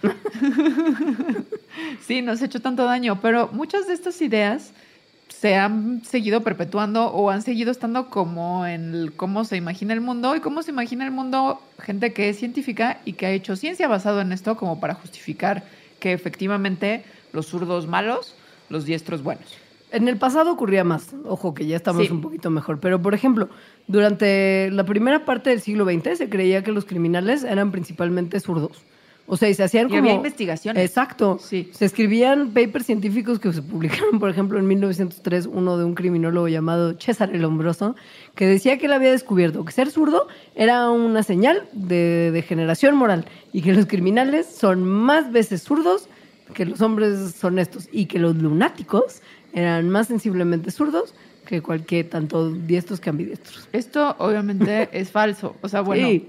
Sí, nos ha hecho tanto daño, pero muchas de estas ideas se han seguido perpetuando o han seguido estando como en el, cómo se imagina el mundo y cómo se imagina el mundo gente que es científica y que ha hecho ciencia basado en esto como para justificar que efectivamente los zurdos malos, los diestros buenos. En el pasado ocurría más, ojo que ya estamos sí. un poquito mejor, pero por ejemplo, durante la primera parte del siglo veinte se creía que los criminales eran principalmente zurdos. O sea, y se hacían y como... había investigaciones. Exacto. Sí. Se escribían papers científicos que se publicaron, por ejemplo, en mil novecientos tres, uno de un criminólogo llamado César el Hombroso, que decía que él había descubierto que ser zurdo era una señal de degeneración moral y que los criminales son más veces zurdos que los hombres honestos y que los lunáticos eran más sensiblemente zurdos que cualquier, tanto diestros que ambidiestros. Esto obviamente es falso. O sea, bueno, sí.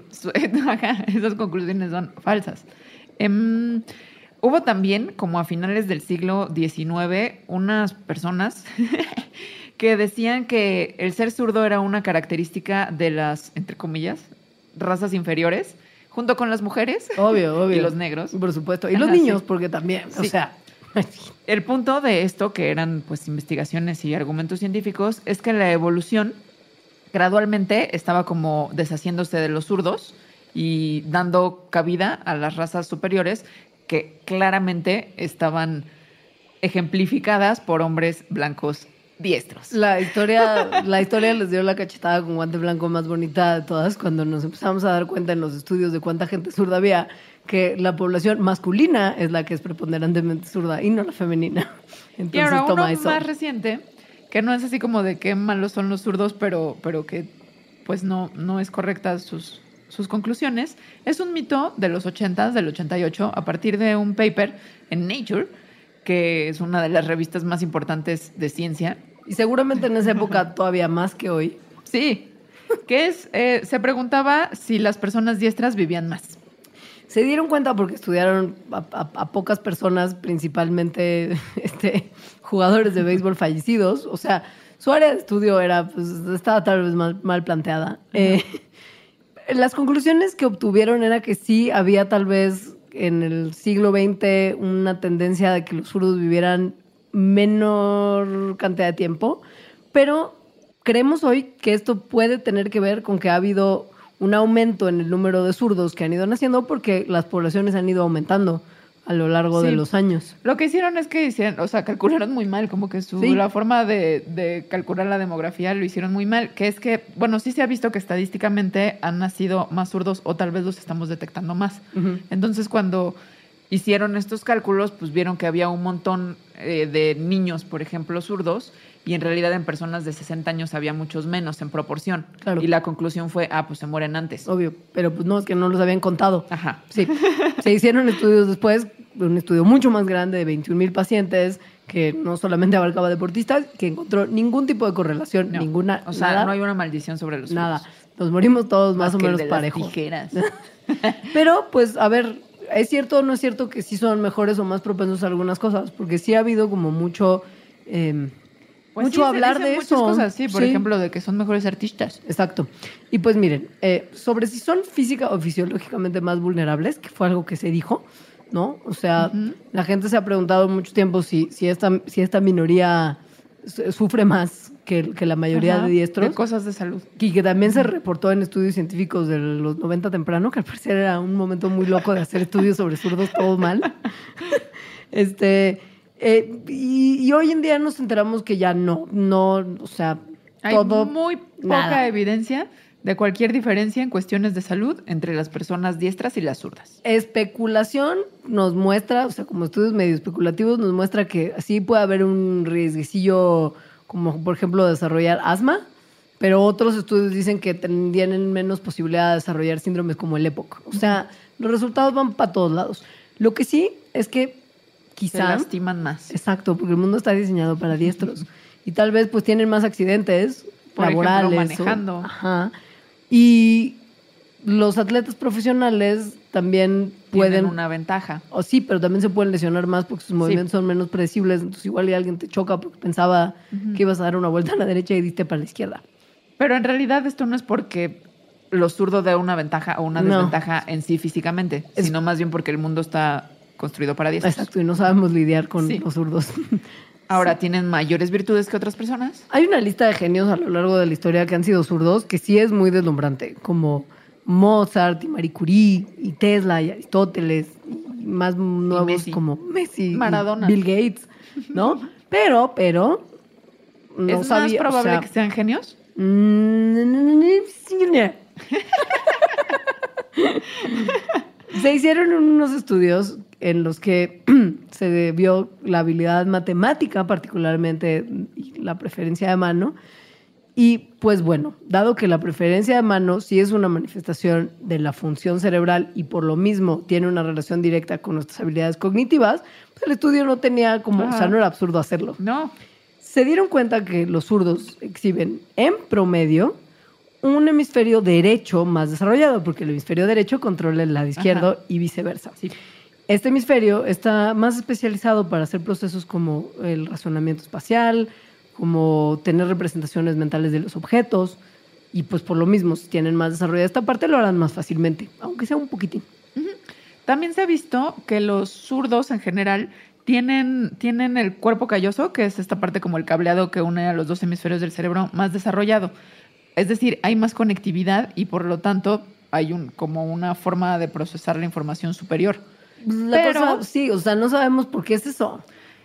esas conclusiones son falsas. Um, hubo también, como a finales del siglo diecinueve, unas personas que decían que el ser zurdo era una característica de las, entre comillas, razas inferiores, junto con las mujeres. Obvio, obvio. Y los negros. Por supuesto. Y los Ajá, niños, sí. porque también, Sí. o sea... El punto de esto, que eran pues investigaciones y argumentos científicos, es que la evolución gradualmente estaba como deshaciéndose de los zurdos y dando cabida a las razas superiores que claramente estaban ejemplificadas por hombres blancos diestros. La historia, la historia les dio la cachetada con guante blanco más bonita de todas cuando nos empezamos a dar cuenta en los estudios de cuánta gente zurda había, que la población masculina es la que es preponderantemente zurda y no la femenina. Entonces, y ahora toma uno eso. más reciente, que no es así como de qué malos son los zurdos, pero, pero que pues no, no es correcta sus, sus conclusiones, es un mito de los ochentas, del ochenta y ocho, a partir de un paper en Nature, que es una de las revistas más importantes de ciencia. Y seguramente en esa época todavía más que hoy. Sí, que es, eh, se preguntaba si las personas diestras vivían más. Se dieron cuenta porque estudiaron a, a, a pocas personas, principalmente este, jugadores de béisbol fallecidos. O sea, su área de estudio era, pues, estaba tal vez mal, mal planteada. Uh-huh. Eh, las conclusiones que obtuvieron era que sí había tal vez en el siglo veinte una tendencia de que los zurdos vivieran menor cantidad de tiempo, pero creemos hoy que esto puede tener que ver con que ha habido un aumento en el número de zurdos que han ido naciendo porque las poblaciones han ido aumentando a lo largo sí. de los años. Lo que hicieron es que hicieron, o sea, calcularon muy mal, como que su, sí. la forma de, de calcular la demografía lo hicieron muy mal, que es que, bueno, sí se ha visto que estadísticamente han nacido más zurdos o tal vez los estamos detectando más. Uh-huh. Entonces, cuando hicieron estos cálculos, pues vieron que había un montón eh, de niños, por ejemplo, zurdos, y en realidad en personas de sesenta años había muchos menos en proporción. Claro. Y la conclusión fue, ah, pues se mueren antes. Obvio, pero pues no, es que no los habían contado. Ajá. Sí, se hicieron estudios después, un estudio mucho más grande de veintiún mil pacientes, que no solamente abarcaba deportistas, que encontró ningún tipo de correlación, no. ninguna, O sea, nada, no hay una maldición sobre los nada. zurdos. Nos morimos todos más, más o menos de parejos. Las tijeras. Pero, pues, a ver, ¿es cierto o no es cierto que sí son mejores o más propensos a algunas cosas? Porque sí ha habido como mucho... Eh, Pues mucho sí, hablar de muchas eso. Cosas, sí, por sí. ejemplo, de que son mejores artistas. Exacto. Y pues miren, eh, sobre si son física o fisiológicamente más vulnerables, que fue algo que se dijo, ¿no? O sea, uh-huh. la gente se ha preguntado mucho tiempo si, si, esta, si esta minoría sufre más que, que la mayoría Ajá, de diestros. De cosas de salud. Y que también uh-huh. se reportó en estudios científicos de los noventa temprano, que al parecer era un momento muy loco de hacer estudios sobre zurdos todo mal. este... Eh, y, y hoy en día nos enteramos que ya no, no, o sea, hay todo... muy poca nada. evidencia de cualquier diferencia en cuestiones de salud entre las personas diestras y las zurdas. Especulación nos muestra, o sea, como estudios medio especulativos, nos muestra que sí puede haber un riesguecillo como por ejemplo desarrollar asma, pero otros estudios dicen que tienen menos posibilidad de desarrollar síndromes como el E P O C. O sea, los resultados van para todos lados. Lo que sí es que quizá... Se lastiman más. Exacto, porque el mundo está diseñado para diestros. Y tal vez pues tienen más accidentes por laborales. Ejemplo, manejando. O, ajá. Y los atletas profesionales también pueden... Tienen una ventaja. O sí, pero también se pueden lesionar más porque sus movimientos sí. son menos predecibles. Entonces igual y alguien te choca porque pensaba uh-huh. que ibas a dar una vuelta a la derecha y diste para la izquierda. Pero en realidad esto no es porque los zurdos den una ventaja o una no. desventaja en sí físicamente, es... sino más bien porque el mundo está construido para diestros. Exacto, y no sabemos lidiar con sí. los zurdos. Ahora, sí. ¿tienen mayores virtudes que otras personas? Hay una lista de genios a lo largo de la historia que han sido zurdos que sí es muy deslumbrante, como Mozart y Marie Curie y Tesla y Aristóteles y más nuevos Messi. como Messi, Maradona, Bill Gates, ¿no? pero, pero no ¿Es sabía, más probable o sea, que sean genios? Se hicieron unos estudios en los que se vio la habilidad matemática, particularmente, y la preferencia de mano. Y pues bueno, dado que la preferencia de mano sí es una manifestación de la función cerebral y por lo mismo tiene una relación directa con nuestras habilidades cognitivas, pues el estudio no tenía como, Ajá. o sea, no era absurdo hacerlo. No. Se dieron cuenta que los zurdos exhiben en promedio un hemisferio derecho más desarrollado, porque el hemisferio derecho controla el lado izquierdo Ajá. y viceversa. Sí. Este hemisferio está más especializado para hacer procesos como el razonamiento espacial, como tener representaciones mentales de los objetos, y pues por lo mismo, si tienen más desarrollada esta parte, lo harán más fácilmente, aunque sea un poquitín. Uh-huh. También se ha visto que los zurdos en general tienen, tienen el cuerpo calloso, que es esta parte como el cableado que une a los dos hemisferios del cerebro, más desarrollado. Es decir, hay más conectividad y por lo tanto hay un, como una forma de procesar la información superior. La Pero, cosa, sí, o sea, no sabemos por qué es eso.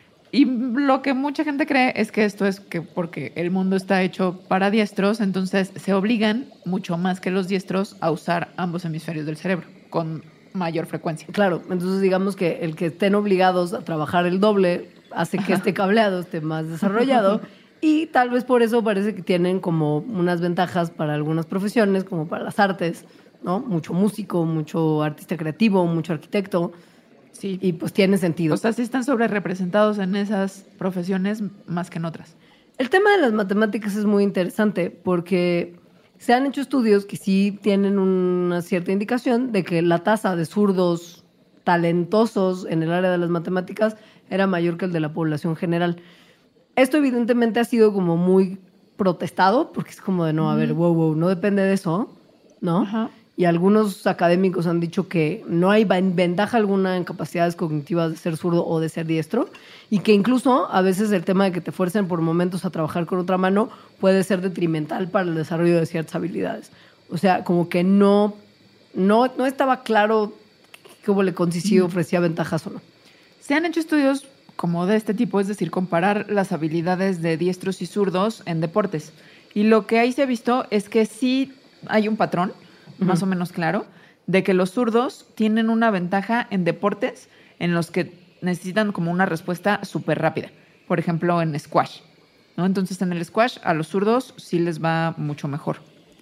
Y lo que mucha gente cree es que esto es que porque el mundo está hecho para diestros, entonces se obligan mucho más que los diestros a usar ambos hemisferios del cerebro con mayor frecuencia. Claro, entonces digamos que el que estén obligados a trabajar el doble hace que Ajá. este cableado esté más desarrollado y tal vez por eso parece que tienen como unas ventajas para algunas profesiones, como para las artes, ¿no? Mucho músico, mucho artista creativo, mucho arquitecto. Sí. Y pues tiene sentido. O sea, sí están sobre representados en esas profesiones más que en otras. El tema de las matemáticas es muy interesante porque se han hecho estudios que sí tienen una cierta indicación de que la tasa de zurdos talentosos en el área de las matemáticas era mayor que el de la población general. Esto evidentemente ha sido como muy protestado porque es como de no, a ver, wow, wow, no depende de eso, ¿no? Ajá. Y algunos académicos han dicho que no hay ventaja alguna en capacidades cognitivas de ser zurdo o de ser diestro y que incluso a veces el tema de que te fuercen por momentos a trabajar con otra mano puede ser detrimental para el desarrollo de ciertas habilidades. O sea, como que no, no, no estaba claro cómo le consistía, ofrecía ventajas o no. Se han hecho estudios como de este tipo, es decir, comparar las habilidades de diestros y zurdos en deportes. Y lo que ahí se ha visto es que sí hay un patrón más uh-huh. o menos claro, de que los zurdos tienen una ventaja en deportes en los que necesitan como una respuesta súper rápida. Por ejemplo, en squash, ¿no? Entonces, en el squash a los zurdos sí les va mucho mejor.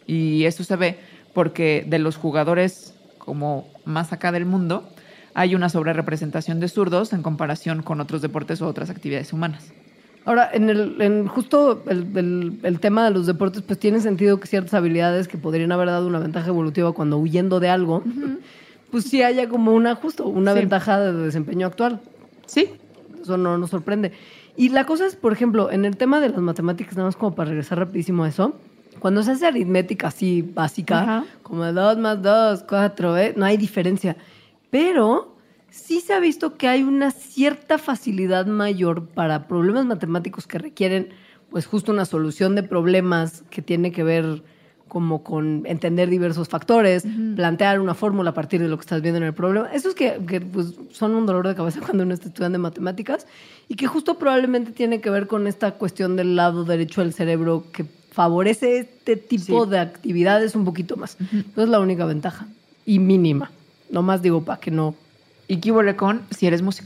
Y eso se ve porque de los jugadores como más acá del mundo hay una sobrerepresentación de zurdos en comparación con otros deportes o otras actividades humanas. Ahora, en el en justo el, el, el tema de los deportes, pues tiene sentido que ciertas habilidades que podrían haber dado una ventaja evolutiva cuando huyendo de algo, uh-huh. pues sí haya como una justo una sí. ventaja de desempeño actual. Sí. Eso no nos sorprende. Y la cosa es, por ejemplo, en el tema de las matemáticas, nada más como para regresar rapidísimo a eso, cuando se hace aritmética así básica, uh-huh. como dos más dos, cuatro, ¿eh? No hay diferencia. Pero sí se ha visto que hay una cierta facilidad mayor para problemas matemáticos que requieren, pues, justo una solución de problemas que tiene que ver como con entender diversos factores, uh-huh. plantear una fórmula a partir de lo que estás viendo en el problema. Esos que, que pues, son un dolor de cabeza cuando uno está estudiando matemáticas y que justo probablemente tiene que ver con esta cuestión del lado derecho del cerebro que favorece este tipo sí. de actividades un poquito más. Uh-huh. Esa es la única ventaja y mínima. Nomás digo para que no... Y qué huele con si eres músico.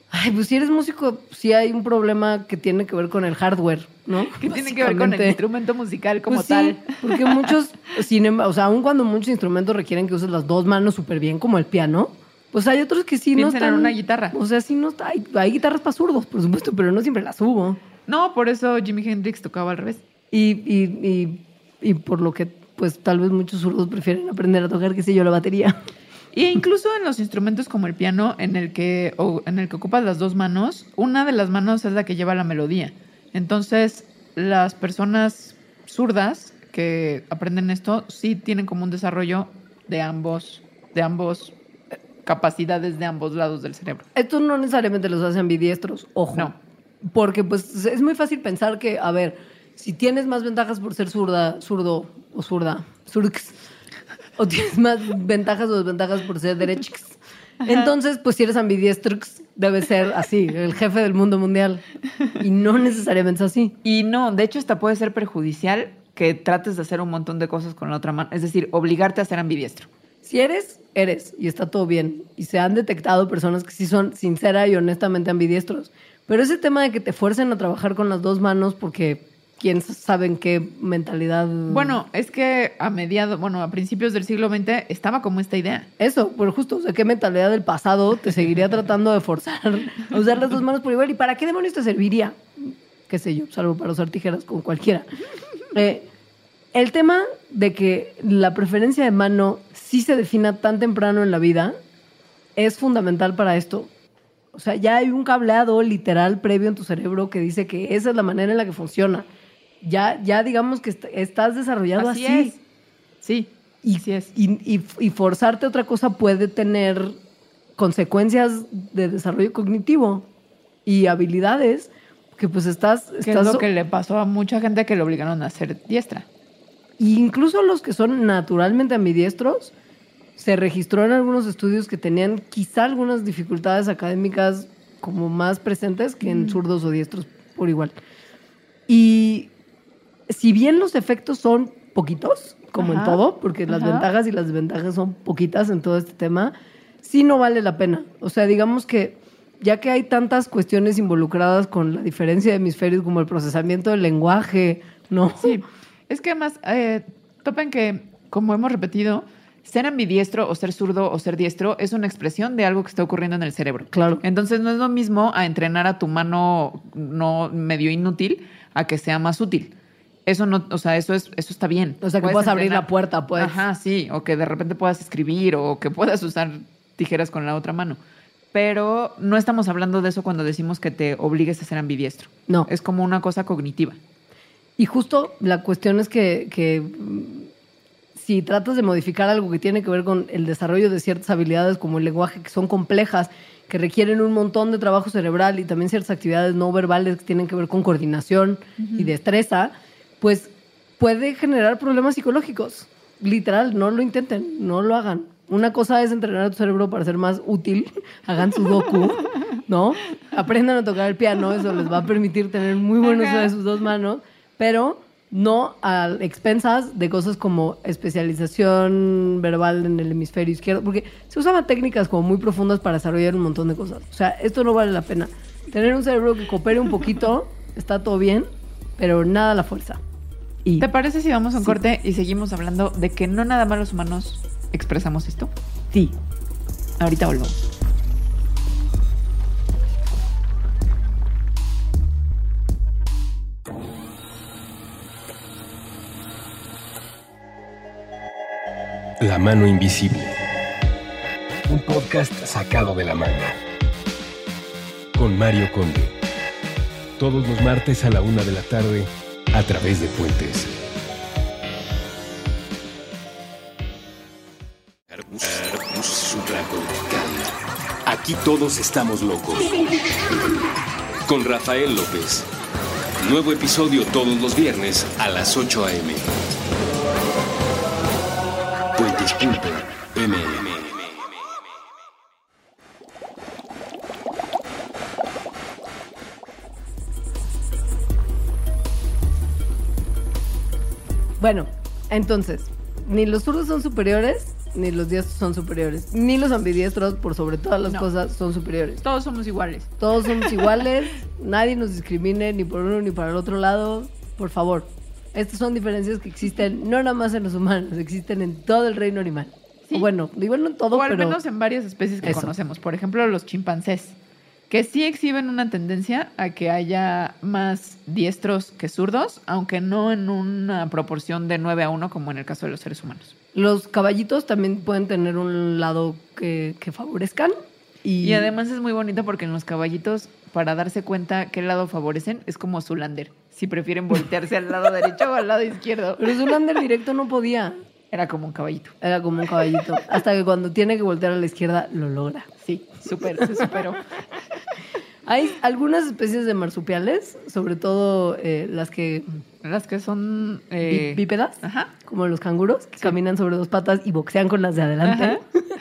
Ay, pues si eres músico, sí hay un problema que tiene que ver con el hardware, ¿no? Que tiene que ver con el instrumento musical como pues tal. Sí, porque muchos, sin em- o sea, aun cuando muchos instrumentos requieren que uses las dos manos súper bien, como el piano, pues hay otros que sí no Piensen en están... una guitarra. O sea, sí no está... Hay, hay guitarras para zurdos, por supuesto, pero no siempre las hubo. No, por eso Jimi Hendrix tocaba al revés. Y, y, y, y por lo que, pues, tal vez muchos zurdos prefieren aprender a tocar, qué sé yo, la batería. E incluso en los instrumentos como el piano, en el que o en el que ocupas las dos manos, una de las manos es la que lleva la melodía. Entonces, las personas zurdas que aprenden esto sí tienen como un desarrollo de ambos, de ambos eh, capacidades de ambos lados del cerebro. Esto no necesariamente los hace ambidiestros, ojo. No. Porque, pues, es muy fácil pensar que, a ver, si tienes más ventajas por ser zurda, zurdo o zurda, zurx, o tienes más ventajas o desventajas por ser derechix. Entonces, pues si eres ambidiestro, debe ser así, el jefe del mundo mundial. Y no necesariamente es así. Y no, de hecho, hasta puede ser perjudicial que trates de hacer un montón de cosas con la otra mano. Es decir, obligarte a ser ambidiestro. Si eres, eres, y está todo bien. Y se han detectado personas que sí son sincera y honestamente ambidiestros. Pero ese tema de que te fuercen a trabajar con las dos manos porque... ¿Quién sabe en qué mentalidad? Bueno, es que a mediados, bueno, a principios del siglo veinte estaba como esta idea. Eso, pero justo, o sea, ¿qué mentalidad del pasado te seguiría tratando de forzar a usar las dos manos por igual? ¿Y para qué demonios te serviría? Qué sé yo, salvo para usar tijeras con cualquiera. Eh, el tema de que la preferencia de mano sí se defina tan temprano en la vida es fundamental para esto. O sea, ya hay un cableado literal previo en tu cerebro que dice que esa es la manera en la que funciona. Ya, ya digamos que est- estás desarrollado así. Así es. Sí, Y, así es. Y, y, y forzarte a otra cosa puede tener consecuencias de desarrollo cognitivo y habilidades que pues estás... Que estás es lo que le pasó a mucha gente que le obligaron a ser diestra. Incluso los que son naturalmente ambidiestros, se registró en algunos estudios que tenían quizá algunas dificultades académicas como más presentes que en zurdos o diestros por igual. Y si bien los efectos son poquitos, como Ajá. en todo, porque las Ajá. ventajas y las desventajas son poquitas en todo este tema, sí no vale la pena. O sea, digamos que ya que hay tantas cuestiones involucradas con la diferencia de hemisferios como el procesamiento del lenguaje, ¿no? Sí, es que además, eh, topen que, como hemos repetido, ser ambidiestro o ser zurdo o ser diestro es una expresión de algo que está ocurriendo en el cerebro. Claro. Entonces no es lo mismo a entrenar a tu mano no medio inútil a que sea más útil. Eso no, o sea, eso es, eso está bien. O sea, que puedas abrir la puerta, pues. Ajá, sí, o que de repente puedas escribir o que puedas usar tijeras con la otra mano. Pero no estamos hablando de eso cuando decimos que te obligues a ser ambidiestro. No. Es como una cosa cognitiva. Y justo la cuestión es que, que mm, si tratas de modificar algo que tiene que ver con el desarrollo de ciertas habilidades como el lenguaje, que son complejas, que requieren un montón de trabajo cerebral y también ciertas actividades no verbales que tienen que ver con coordinación uh-huh. y destreza, pues puede generar problemas psicológicos. Literal, no lo intenten, no lo hagan. Una cosa es entrenar a tu cerebro para ser más útil, hagan sudoku, ¿no? Aprendan a tocar el piano, eso les va a permitir tener muy buen uso de sus dos manos, pero no a expensas de cosas como especialización verbal en el hemisferio izquierdo, porque se usaban técnicas como muy profundas para desarrollar un montón de cosas. O sea, esto no vale la pena. Tener un cerebro que coopere un poquito, está todo bien, pero nada a la fuerza. Y ¿te parece si vamos a un sí. corte y seguimos hablando de que no nada más los humanos expresamos esto? Sí. Ahorita volvemos. La mano invisible. Un podcast sacado de la manga. Con Mario Conde. Todos los martes a la una de la tarde a través de Puentes. Aquí todos estamos locos. Con Rafael López. Nuevo episodio todos los viernes a las ocho a eme. Puentes punto eme. Bueno, entonces, ni los zurdos son superiores, ni los diestros son superiores. Ni los ambidiestros, por sobre todas las No. cosas, son superiores. Todos somos iguales. Todos somos iguales. Nadie nos discrimine ni por uno ni para el otro lado. Por favor. Estas son diferencias que existen no nada más en los humanos, existen en todo el reino animal. Sí. O bueno, digo no en todo, O al pero... menos en varias especies que Eso. conocemos. Por ejemplo, los chimpancés, que sí exhiben una tendencia a que haya más diestros que zurdos, aunque no en una proporción de nueve a uno como en el caso de los seres humanos. Los caballitos también pueden tener un lado que, que favorezcan. Y, Y además es muy bonito porque en los caballitos, para darse cuenta qué lado favorecen, es como Zoolander. Si prefieren voltearse al lado derecho o al lado izquierdo. Pero Zoolander directo no podía. Era como un caballito. Era como un caballito. Hasta que cuando tiene que voltear a la izquierda, lo logra. Sí, súper, se superó. Hay algunas especies de marsupiales, sobre todo eh, las que... Las que son... bí- eh, bípedas, Ajá. como los canguros, que caminan sobre dos patas y boxean con las de adelante,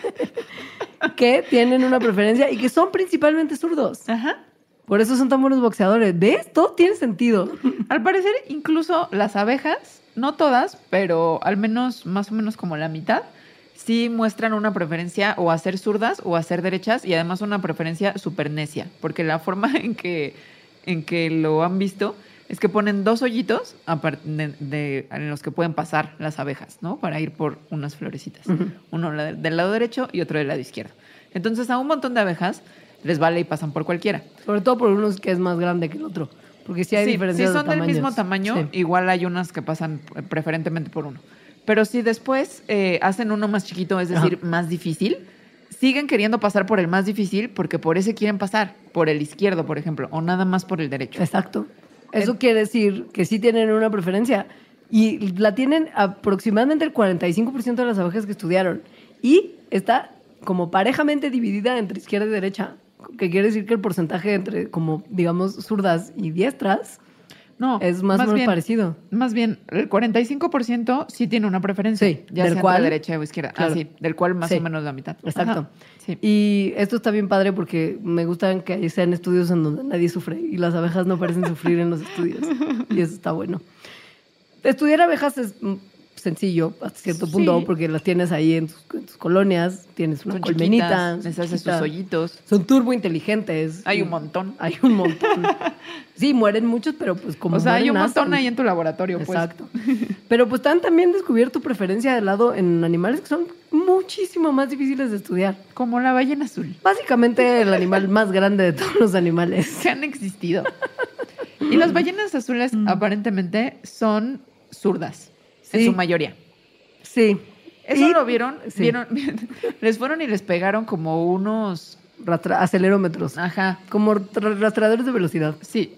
que tienen una preferencia y que son principalmente zurdos. Ajá. Por eso son tan buenos boxeadores. De esto tiene sentido. Al parecer, incluso las abejas, no todas, pero al menos más o menos como la mitad, sí muestran una preferencia o a ser zurdas o a ser derechas y además una preferencia súper necia, porque la forma en que, en que lo han visto es que ponen dos hoyitos apar- de- de- en los que pueden pasar las abejas, ¿no? Para ir por unas florecitas. Ujú. Uno la- del lado derecho y otro del lado izquierdo. Entonces a un montón de abejas les vale y pasan por cualquiera. Sobre todo por unos que es más grande que el otro. Porque sí hay Sí, diferencias si son de del tamaños. mismo tamaño, Sí. igual hay unas que pasan preferentemente por uno. Pero si después eh, hacen uno más chiquito, es decir, Ajá. más difícil, siguen queriendo pasar por el más difícil porque por ese quieren pasar, por el izquierdo, por ejemplo, o nada más por el derecho. Exacto. Eso quiere decir que sí tienen una preferencia. Y la tienen aproximadamente el cuarenta y cinco por ciento de las abejas que estudiaron. Y está como parejamente dividida entre izquierda y derecha. Que quiere decir que el porcentaje entre, como digamos, zurdas y diestras No, es más, o menos bien, parecido. Más bien, el cuarenta y cinco por ciento sí tiene una preferencia, Sí, ya del sea cual- entre derecha o izquierda. claro. Ah, sí, del cual más Sí. o menos la mitad. Exacto. Ajá, sí. Y esto está bien padre porque me gustan que sean estudios en donde nadie sufre y las abejas no parecen sufrir en los estudios. Y eso está bueno. Estudiar abejas es mm, sencillo hasta cierto punto Sí. porque las tienes ahí en tus, en tus colonias, tienes una Son colmenita. chiquitas, les haces sus chiquita. hoyitos. Son turbo inteligentes. Hay un montón. Hay un montón. Sí, mueren muchos, pero pues como O sea, hay mueren, un montón nacen. ahí en tu laboratorio, pues. Exacto. Pero pues han también descubierto preferencia de lado en animales que son muchísimo más difíciles de estudiar. Como la ballena azul. Básicamente el animal más grande de todos los animales. Que han existido. Y las ballenas azules aparentemente son zurdas, en Sí. su mayoría. Sí. ¿Eso Y- lo vieron? Sí. ¿Vieron? Les fueron y les pegaron como unos... Rastra- acelerómetros. Ajá, Como ra- rastreadores de velocidad. sí,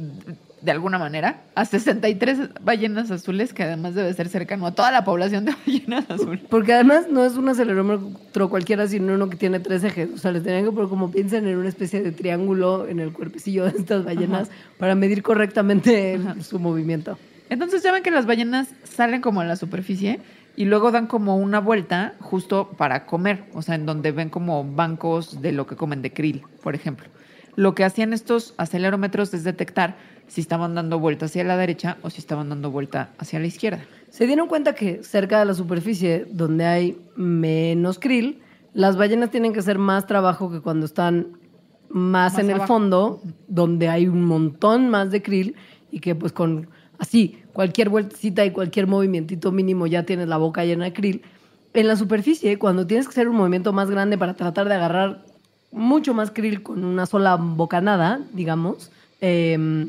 de alguna manera, a sesenta y tres ballenas azules, que además debe ser cercano a toda la población de ballenas azules. Porque además no es un acelerómetro cualquiera, sino uno que tiene tres ejes. O sea, les tenían que poner como piensen en una especie de triángulo en el cuerpecillo de estas ballenas para medir correctamente Ajá. su movimiento. Entonces ya ven que las ballenas salen como a la superficie y luego dan como una vuelta justo para comer, o sea, en donde ven como bancos de lo que comen de krill, por ejemplo. Lo que hacían estos acelerómetros es detectar si estaban dando vuelta hacia la derecha o si estaban dando vuelta hacia la izquierda. Se dieron cuenta que cerca de la superficie, donde hay menos krill, las ballenas tienen que hacer más trabajo que cuando están más, Más en el abajo. fondo, donde hay un montón más de krill y que pues con así cualquier vueltecita y cualquier movimientito mínimo ya tienes la boca llena de krill. En la superficie, cuando tienes que hacer un movimiento más grande para tratar de agarrar mucho más krill con una sola bocanada, digamos, eh,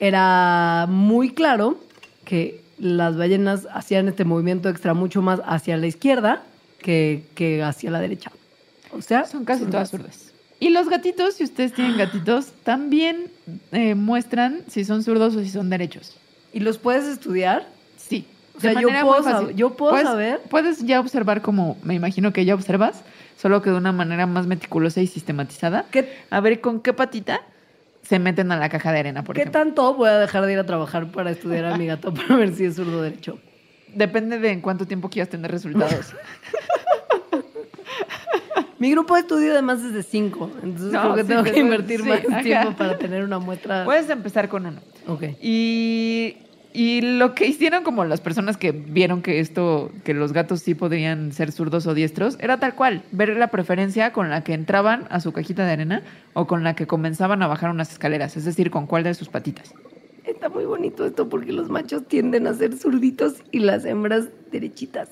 era muy claro que las ballenas hacían este movimiento extra mucho más hacia la izquierda que, que hacia la derecha. O sea, Son casi zurdas. todas zurdas. Y los gatitos, si ustedes tienen gatitos, también eh, muestran si son zurdos o si son derechos. ¿Y los puedes estudiar? Sí. O sea, de yo manera puedo muy fácil. sab- yo puedo Puedes- saber- Puedes ya observar como, me imagino que ya observas, solo que de una manera más meticulosa y sistematizada. ¿Qué, A ver con qué patita se meten a la caja de arena, por ¿qué ejemplo. tanto voy a dejar de ir a trabajar para estudiar a mi gato para ver si es zurdo o derecho? Depende de en cuánto tiempo quieras tener resultados. Mi grupo de estudio además es de cinco, entonces No, creo que sí, tengo que pero- invertir sí, más ajá. tiempo para tener una muestra. Puedes empezar con uno. Ok. Y Y lo que hicieron como las personas que vieron que esto, que los gatos sí podrían ser zurdos o diestros, era tal cual, ver la preferencia con la que entraban a su cajita de arena o con la que comenzaban a bajar unas escaleras, es decir, con cuál de sus patitas. Está muy bonito esto porque los machos tienden a ser zurditos y las hembras derechitas.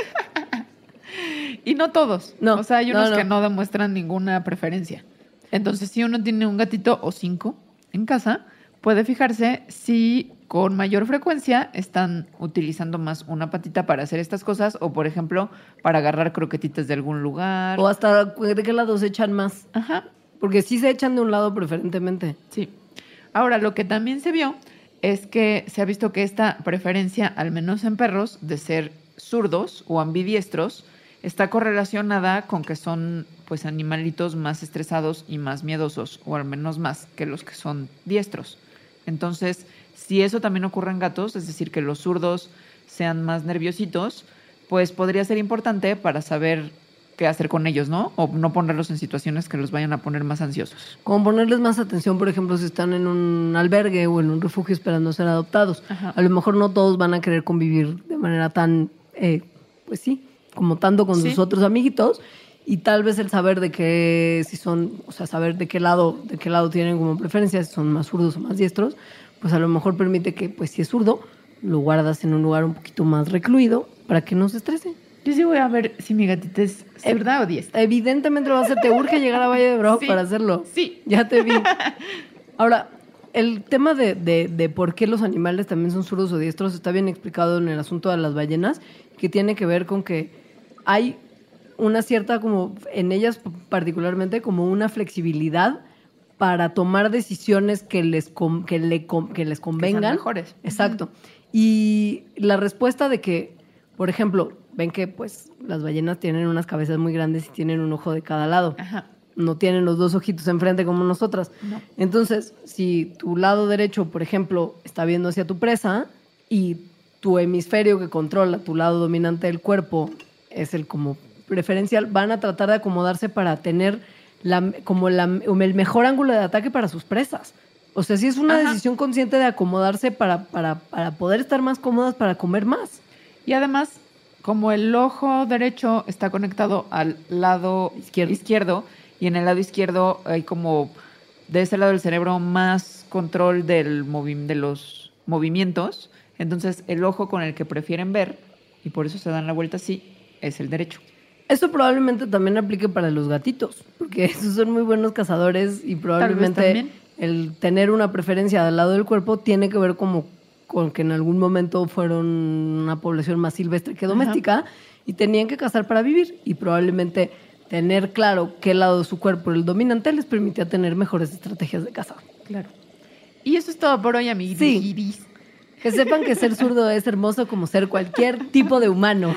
Y no todos. No, o sea, hay unos no, no. que no demuestran ninguna preferencia. Entonces, si uno tiene un gatito o cinco en casa, puede fijarse si con mayor frecuencia están utilizando más una patita para hacer estas cosas o, por ejemplo, para agarrar croquetitas de algún lugar. O hasta de qué lado se echan más. Ajá, Porque sí se echan de un lado preferentemente. sí. Ahora, lo que también se vio es que se ha visto que esta preferencia, al menos en perros, de ser zurdos o ambidiestros, está correlacionada con que son pues animalitos más estresados y más miedosos, o al menos más que los que son diestros. Entonces, si eso también ocurre en gatos, es decir, que los zurdos sean más nerviositos, pues podría ser importante para saber qué hacer con ellos, ¿no? O no ponerlos en situaciones que los vayan a poner más ansiosos. Como ponerles más atención, por ejemplo, si están en un albergue o en un refugio esperando ser adoptados. Ajá. A lo mejor no todos van a querer convivir de manera tan, eh, pues sí, como tanto con Sí. sus otros amiguitos. Y tal vez el saber de qué, si son, o sea, saber de qué lado, de qué lado tienen como preferencia, si son más zurdos o más diestros, pues a lo mejor permite que, pues si es zurdo, lo guardas en un lugar un poquito más recluido para que no se estrese. Yo sí voy a ver si mi gatita es zurda o diestra. Evidentemente lo va a hacer. Te urge llegar a Valle de Bravo Sí. para hacerlo. Sí. Ya te vi. Ahora, el tema de, de, de por qué los animales también son zurdos o diestros está bien explicado en el asunto de las ballenas, que tiene que ver con que hay una cierta, como en ellas particularmente, como una flexibilidad para tomar decisiones que les, con- que le, con- que les convengan. mejores. Exacto. Y la respuesta de que, por ejemplo, ven que pues las ballenas tienen unas cabezas muy grandes y tienen un ojo de cada lado. Ajá. No tienen los dos ojitos enfrente como nosotras. No. Entonces, si tu lado derecho, por ejemplo, está viendo hacia tu presa y tu hemisferio que controla tu lado dominante del cuerpo es el como preferencial, van a tratar de acomodarse para tener la, como la, el mejor ángulo de ataque para sus presas. O sea, sí es una Ajá. decisión consciente de acomodarse para, para, para poder estar más cómodas para comer más. Y además, como el ojo derecho está conectado al lado Izquierdo. izquierdo, y en el lado izquierdo hay como de ese lado del cerebro más control del movi- de los movimientos, entonces el ojo con el que prefieren ver, y por eso se dan la vuelta así, es el derecho. Esto probablemente también aplique para los gatitos, porque esos son muy buenos cazadores y probablemente también. el tener una preferencia del lado del cuerpo tiene que ver como con que en algún momento fueron una población más silvestre que doméstica y tenían que cazar para vivir y probablemente tener claro qué lado de su cuerpo era el dominante les permitía tener mejores estrategias de caza. Claro. Y eso es todo por hoy, amiguitos. Sí. Que sepan que ser zurdo es hermoso como ser cualquier tipo de humano.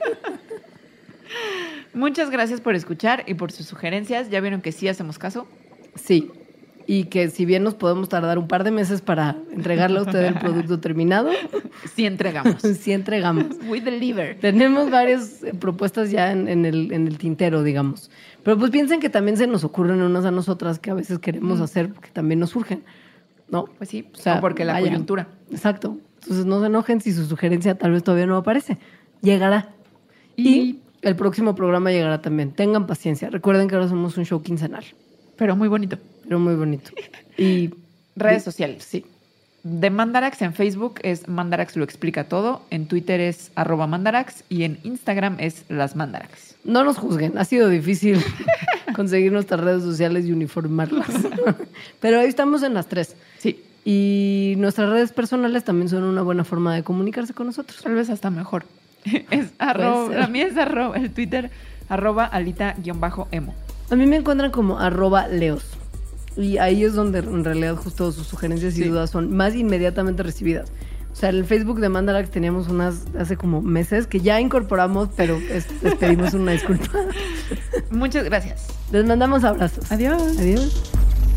Muchas gracias por escuchar y por sus sugerencias. Ya vieron que sí hacemos caso. Sí, y que si bien nos podemos tardar un par de meses para entregarle a usted el producto terminado, Sí entregamos. sí entregamos. We deliver. Tenemos varias eh, propuestas ya en, en el, en el tintero, digamos. Pero pues piensen que también se nos ocurren unas a nosotras que a veces queremos hacer, que también nos surgen, ¿no? Pues sí, O sea, o porque la vaya. coyuntura. Exacto. Entonces no se enojen si su sugerencia tal vez todavía no aparece. Llegará. Y, Y- el próximo programa llegará también. Tengan paciencia. Recuerden que ahora somos un show quincenal, Pero muy bonito. pero muy bonito. Y Redes sociales. sí. De Mandarax en Facebook es Mandarax lo explica todo, en Twitter es arroba Mandarax y en Instagram es las Mandarax. No nos juzguen, ha sido difícil conseguir nuestras redes sociales y uniformarlas. Pero ahí estamos en las tres. Sí, Y nuestras redes personales también son una buena forma de comunicarse con nosotros. tal vez hasta mejor. Es arroba, ser. la mía es arroba, el Twitter arroba alita-emo. A mí me encuentran como arroba leos. Y ahí es donde en realidad justo sus sugerencias y Sí. dudas son más inmediatamente recibidas. O sea, en el Facebook de Mandarax teníamos unas hace como meses que ya incorporamos, pero es- les pedimos una disculpa. Muchas gracias. Les mandamos abrazos. Adiós. Adiós.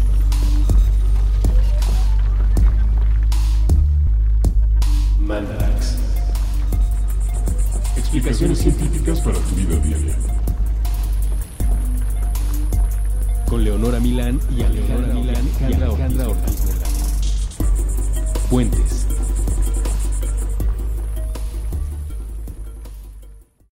Mandarax. Explicaciones científicas para tu vida diaria. Con Leonora Milán y Alejandra Milán.